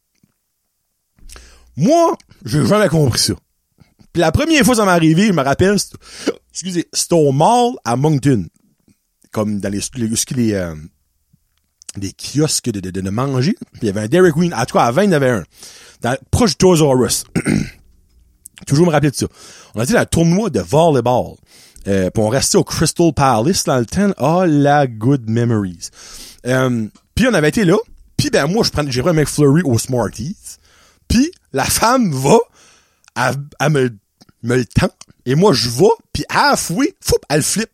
Moi, j'ai jamais compris ça. Puis la première fois que ça m'est arrivé, je me rappelle, c'est, excusez, c'était au mall à Moncton. Comme dans les, les, les, euh, les kiosques de, de, de, de manger. Puis il y avait un Dairy Queen. En tout cas, avant, il y en avait un. Dans, proche du Toys R Us. Toujours me rappeler de ça. On a été dans un tournoi de volleyball. Euh, puis on restait au Crystal Palace dans le temps. Oh, la good memories. Euh, puis on avait été là. Puis ben moi, je prends, j'ai pris un McFlurry au Smarties. Puis la femme va, elle, elle me, me le tend. Et moi, je vais. Puis halfway, foup, elle flippe.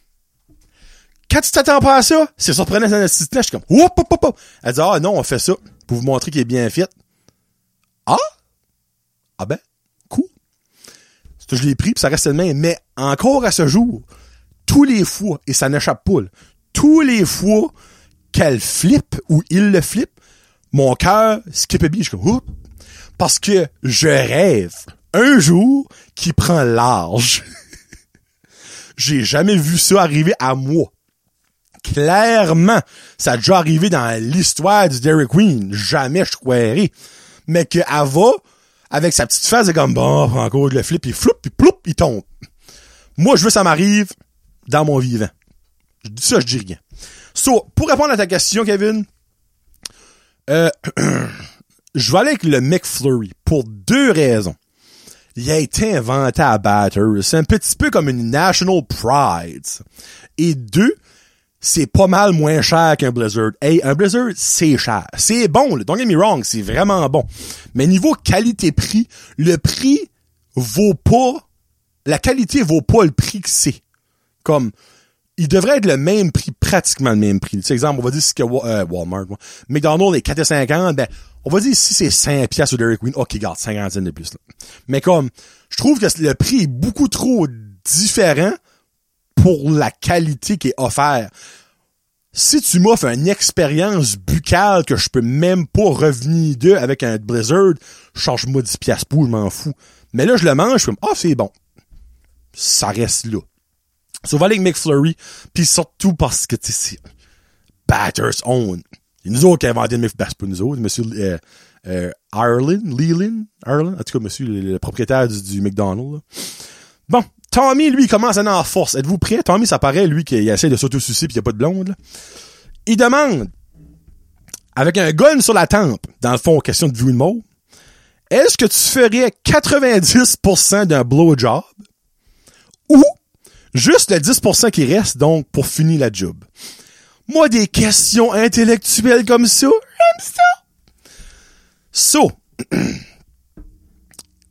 Quand tu t'attends pas à ça, c'est surprenant, c'est un assistant. Je suis comme, hop, hop, hop, hop. Elle dit, ah non, on fait ça pour vous montrer qu'il est bien fait. Ah? Ah ben, cool. C'est que je l'ai pris, puis ça reste le même. Mais encore à ce jour, tous les fois, et ça n'échappe pas, là, tous les fois qu'elle flippe ou il le flippe, mon cœur skip a beat. Je suis comme, oups. Parce que je rêve un jour qui prend large. J'ai jamais vu ça arriver à moi. Clairement, ça a déjà arrivé dans l'histoire du Dairy Queen. Jamais je croirais. Mais qu'elle va, avec sa petite face, c'est comme, bon, encore le flip, il floup, puis ploup, il tombe. Moi, je veux que ça m'arrive dans mon vivant. Je dis ça, je dis rien. So, pour répondre à ta question, Kevin, euh, je vais aller avec le McFlurry pour deux raisons. Il a été inventé à Batters. C'est un petit peu comme une national pride. Et deux, c'est pas mal moins cher qu'un Blizzard. Hey, un Blizzard, c'est cher. C'est bon, là. Don't get me wrong, c'est vraiment bon. Mais niveau qualité-prix, le prix vaut pas, la qualité vaut pas le prix que c'est. Comme, il devrait être le même prix, pratiquement le même prix. Tu sais, exemple, on va dire si que euh, Walmart, moi, McDonald's est quatre cinquante, ben, on va dire si c'est cinq piastres au Dairy Queen, ok, garde, cinquante cents de plus, là. Mais comme, je trouve que le prix est beaucoup trop différent pour la qualité qui est offerte. Si tu m'offres une expérience buccale que je peux même pas revenir d'eux avec un Blizzard, change-moi dix piastres pour, je m'en fous. Mais là, je le mange, je suis comme, ah, oh, c'est bon. Ça reste là. So, va avec McFlurry, puis surtout parce que, tu sais, c'est Batters own. C'est nous autres qui avons inventé le McFlurry. Ben, c'est pas nous autres, monsieur, euh, euh, Ireland, Leland, Ireland, en tout cas, monsieur, le, le propriétaire du, du McDonald's, là. Bon. Tommy, lui, il commence à aller en force. Êtes-vous prêts? Tommy, ça paraît, lui, qu'il essaie de s'auto-sucer pis il n'y a pas de blonde, là. Il demande, avec un gun sur la tempe, dans le fond, question de vie ou de mort, est-ce que tu ferais quatre-vingt-dix pour cent d'un blowjob ou juste le dix pour cent qui reste, donc, pour finir la job? Moi, des questions intellectuelles comme ça, j'aime ça. So,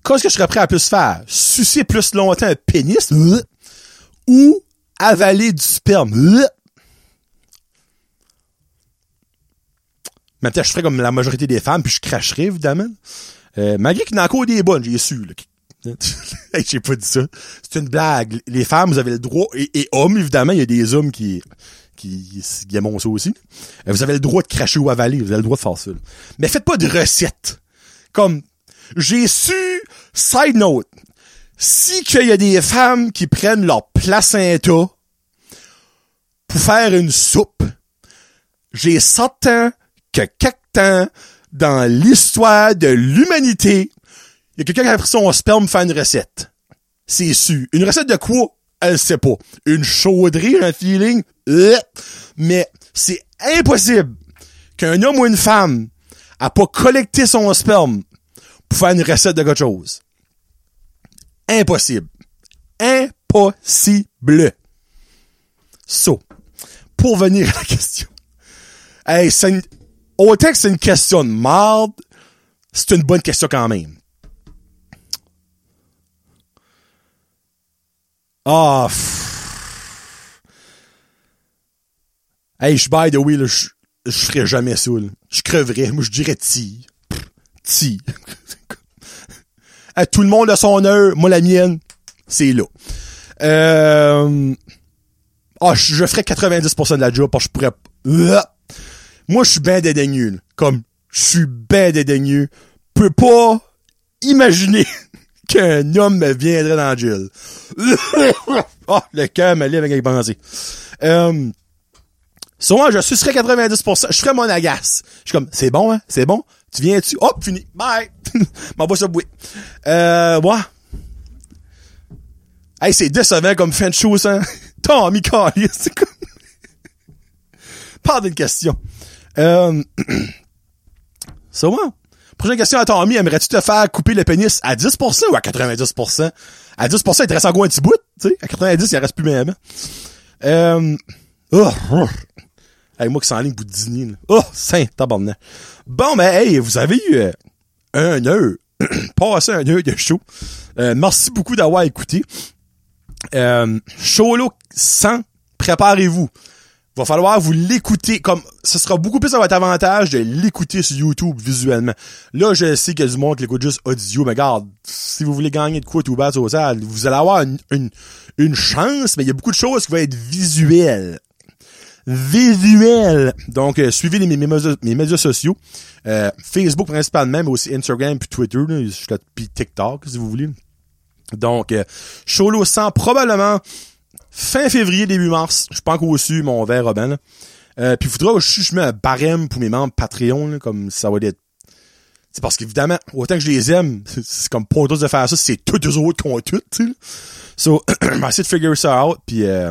qu'est-ce que je serais prêt à plus faire? Sucer plus longtemps un pénis ou avaler du sperme? Même temps, je ferais comme la majorité des femmes, puis je cracherais, évidemment. Euh, malgré qu'il y en a encore des bonnes, j'ai su, là. Hey, j'ai pas dit ça. C'est une blague. Les femmes, vous avez le droit, et, et hommes, évidemment, il y a des hommes qui, qui, qui aiment ça aussi. Vous avez le droit de cracher ou avaler, vous avez le droit de faire ça. Là. Mais faites pas de recettes. Comme, j'ai su, side note, si qu'il y a des femmes qui prennent leur placenta pour faire une soupe, j'ai certain que quelque temps dans l'histoire de l'humanité, il y a quelqu'un qui a pris son sperme pour faire une recette. C'est su. Une recette de quoi? Elle sait pas. Une chauderie, un feeling? Euh, mais c'est impossible qu'un homme ou une femme a pas collecté son sperme pour faire une recette de quelque chose. Impossible. Impossible. So, pour venir à la question. Hey, c'est une, autant que c'est une question de marde, c'est une bonne question quand même. Ah, pff. Hey, je by the way, là, je, je ferais jamais ça, là. Je creverais. Moi, je dirais ti. Ti. Hey, tout le monde a son heure. Moi, la mienne, c'est là. Euh, ah, je, je ferais quatre-vingt-dix pour cent de la job parce que je pourrais, moi, je suis ben dédaigneux, là. Comme, je suis ben dédaigneux. Peux pas imaginer qu'un homme me viendrait dans le gel. Oh, le cœur me lève avec pensée. Euh, souvent, je sucerais quatre-vingt-dix pour cent. Je ferais mon agace. Je suis comme, c'est bon, hein? C'est bon? Tu viens-tu? Hop, fini. Bye! M'en va subway. Euh, ouais. Hey, c'est décevant comme fin de show, ça. Tommy Callis, c'est comme... Pas d'une question. Euh, ça va? Prochaine question à Tommy, aimerais-tu te faire couper le pénis à dix pour cent ou à quatre-vingt-dix pour cent? À dix pour cent, il te reste encore un petit bout, tu sais. À quatre-vingt-dix, il en reste plus même. Euh, oh, oh. Hey, moi qui s'en ligne pour dîner, là. Oh, saint tabarnak. Bon, ben, hey, vous avez eu euh, un heure, passé un heure de show. Euh, merci beaucoup d'avoir écouté. Euh, Cholo cent, préparez-vous. Va falloir vous l'écouter comme, ce sera beaucoup plus à votre avantage de l'écouter sur YouTube visuellement. Là, je sais qu'il y a du monde qui l'écoute juste audio, mais regarde, si vous voulez gagner de quoi tout bas au sale, vous allez avoir une, une, une chance, mais il y a beaucoup de choses qui vont être visuelles. Visuelles. Donc, euh, suivez les, mes, mes, mes médias sociaux. Euh, Facebook principalement, mais aussi Instagram puis Twitter, là, puis TikTok, si vous voulez. Donc, euh, Cholo cent, probablement, fin février, début mars. Je suis pas encore reçu mon verre Robin, là. Euh, puis il faudra que je, je mets un barème pour mes membres Patreon, là, comme ça va être. C'est parce qu'évidemment, autant que je les aime, c'est, c'est comme pour tous de faire ça, c'est tous eux autres qui ont tout, tu sais. So, je vais essayer de figure ça out, puis euh,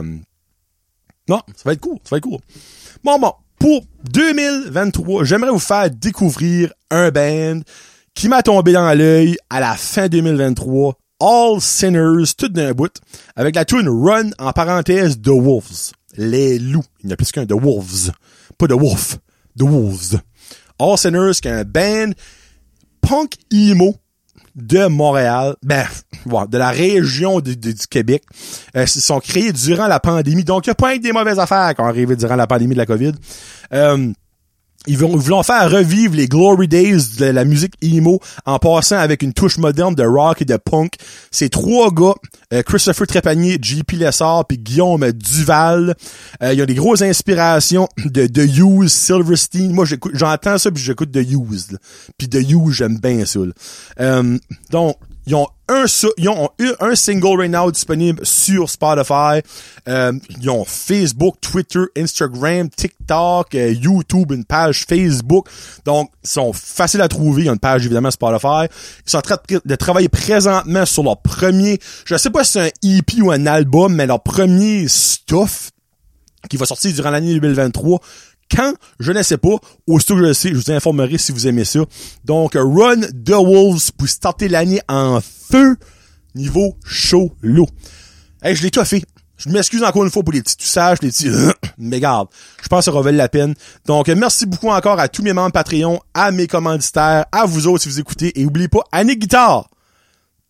non, ça va être cool, ça va être cool. Bon, bon, pour deux mille vingt-trois, j'aimerais vous faire découvrir un band qui m'a tombé dans l'œil à la fin deux mille vingt-trois. All Sinners, tout d'un bout, avec la tune Run, en parenthèse, The Wolves. Les loups. Il n'y a plus qu'un The Wolves. Pas The Wolf. The Wolves. All Sinners, qui est un band punk emo de Montréal. Ben, ouais, de la région de, de, du Québec. Euh, ils sont créés durant la pandémie. Donc, il n'y a pas eu des mauvaises affaires qui ont arrivé durant la pandémie de la COVID. Euh, Ils vont, ils voulaient faire revivre les glory days de la musique emo en passant avec une touche moderne de rock et de punk. Ces trois gars, euh, Christopher Trépanier, J P Lessard puis Guillaume Duval, euh, ils ont des grosses inspirations de The Used, Silverstein. Moi, j'écoute, j'entends ça puis j'écoute The Used. Puis The Used, j'aime bien ça. Euh, donc, ils ont un, ils ont un single right now disponible sur Spotify. Euh, ils ont Facebook, Twitter, Instagram, TikTok, euh, YouTube, une page Facebook. Donc, ils sont faciles à trouver. Ils ont une page, évidemment, Spotify. Ils sont en train de, de travailler présentement sur leur premier, je sais pas si c'est un E P ou un album, mais leur premier stuff qui va sortir durant l'année deux mille vingt-trois. Quand? Je ne sais pas. Aussitôt que je le sais, je vous informerai si vous aimez ça. Donc, Run The Wolves pour starter l'année en feu, niveau Cholo. Hey, je l'ai tout fait. Je m'excuse encore une fois pour les petits toussages, les petits... Mais garde, je pense que ça revêt la peine. Donc, merci beaucoup encore à tous mes membres Patreon, à mes commanditaires, à vous autres si vous écoutez. Et n'oubliez pas, Annick Guitare,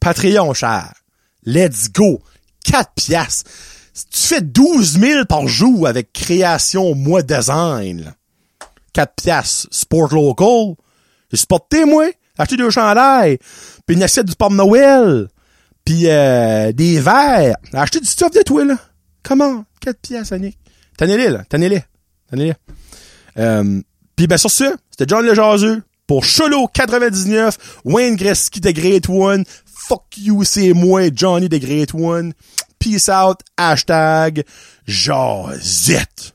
Patreon, cher. Let's go. quatre piastres. Tu fais douze mille par jour avec création, moi, design. Là. quatre piastres. Sport local. J'ai supporté, moi. Acheter deux chandails. Puis une assiette du Père Noël. Puis euh, des verres. Acheter du stuff de toi, là. Comment? quatre piastres, Annick. Tenez-les, là. Tenez-les. Tenez-les. Euh, puis ben sur ce, c'était John le Jaseux. Pour Cholo quatre-vingt-dix-neuf. Wayne Gretzky, The Great One. Fuck you, c'est moi, Johnny, The Great One. Peace out. Hashtag Jazette.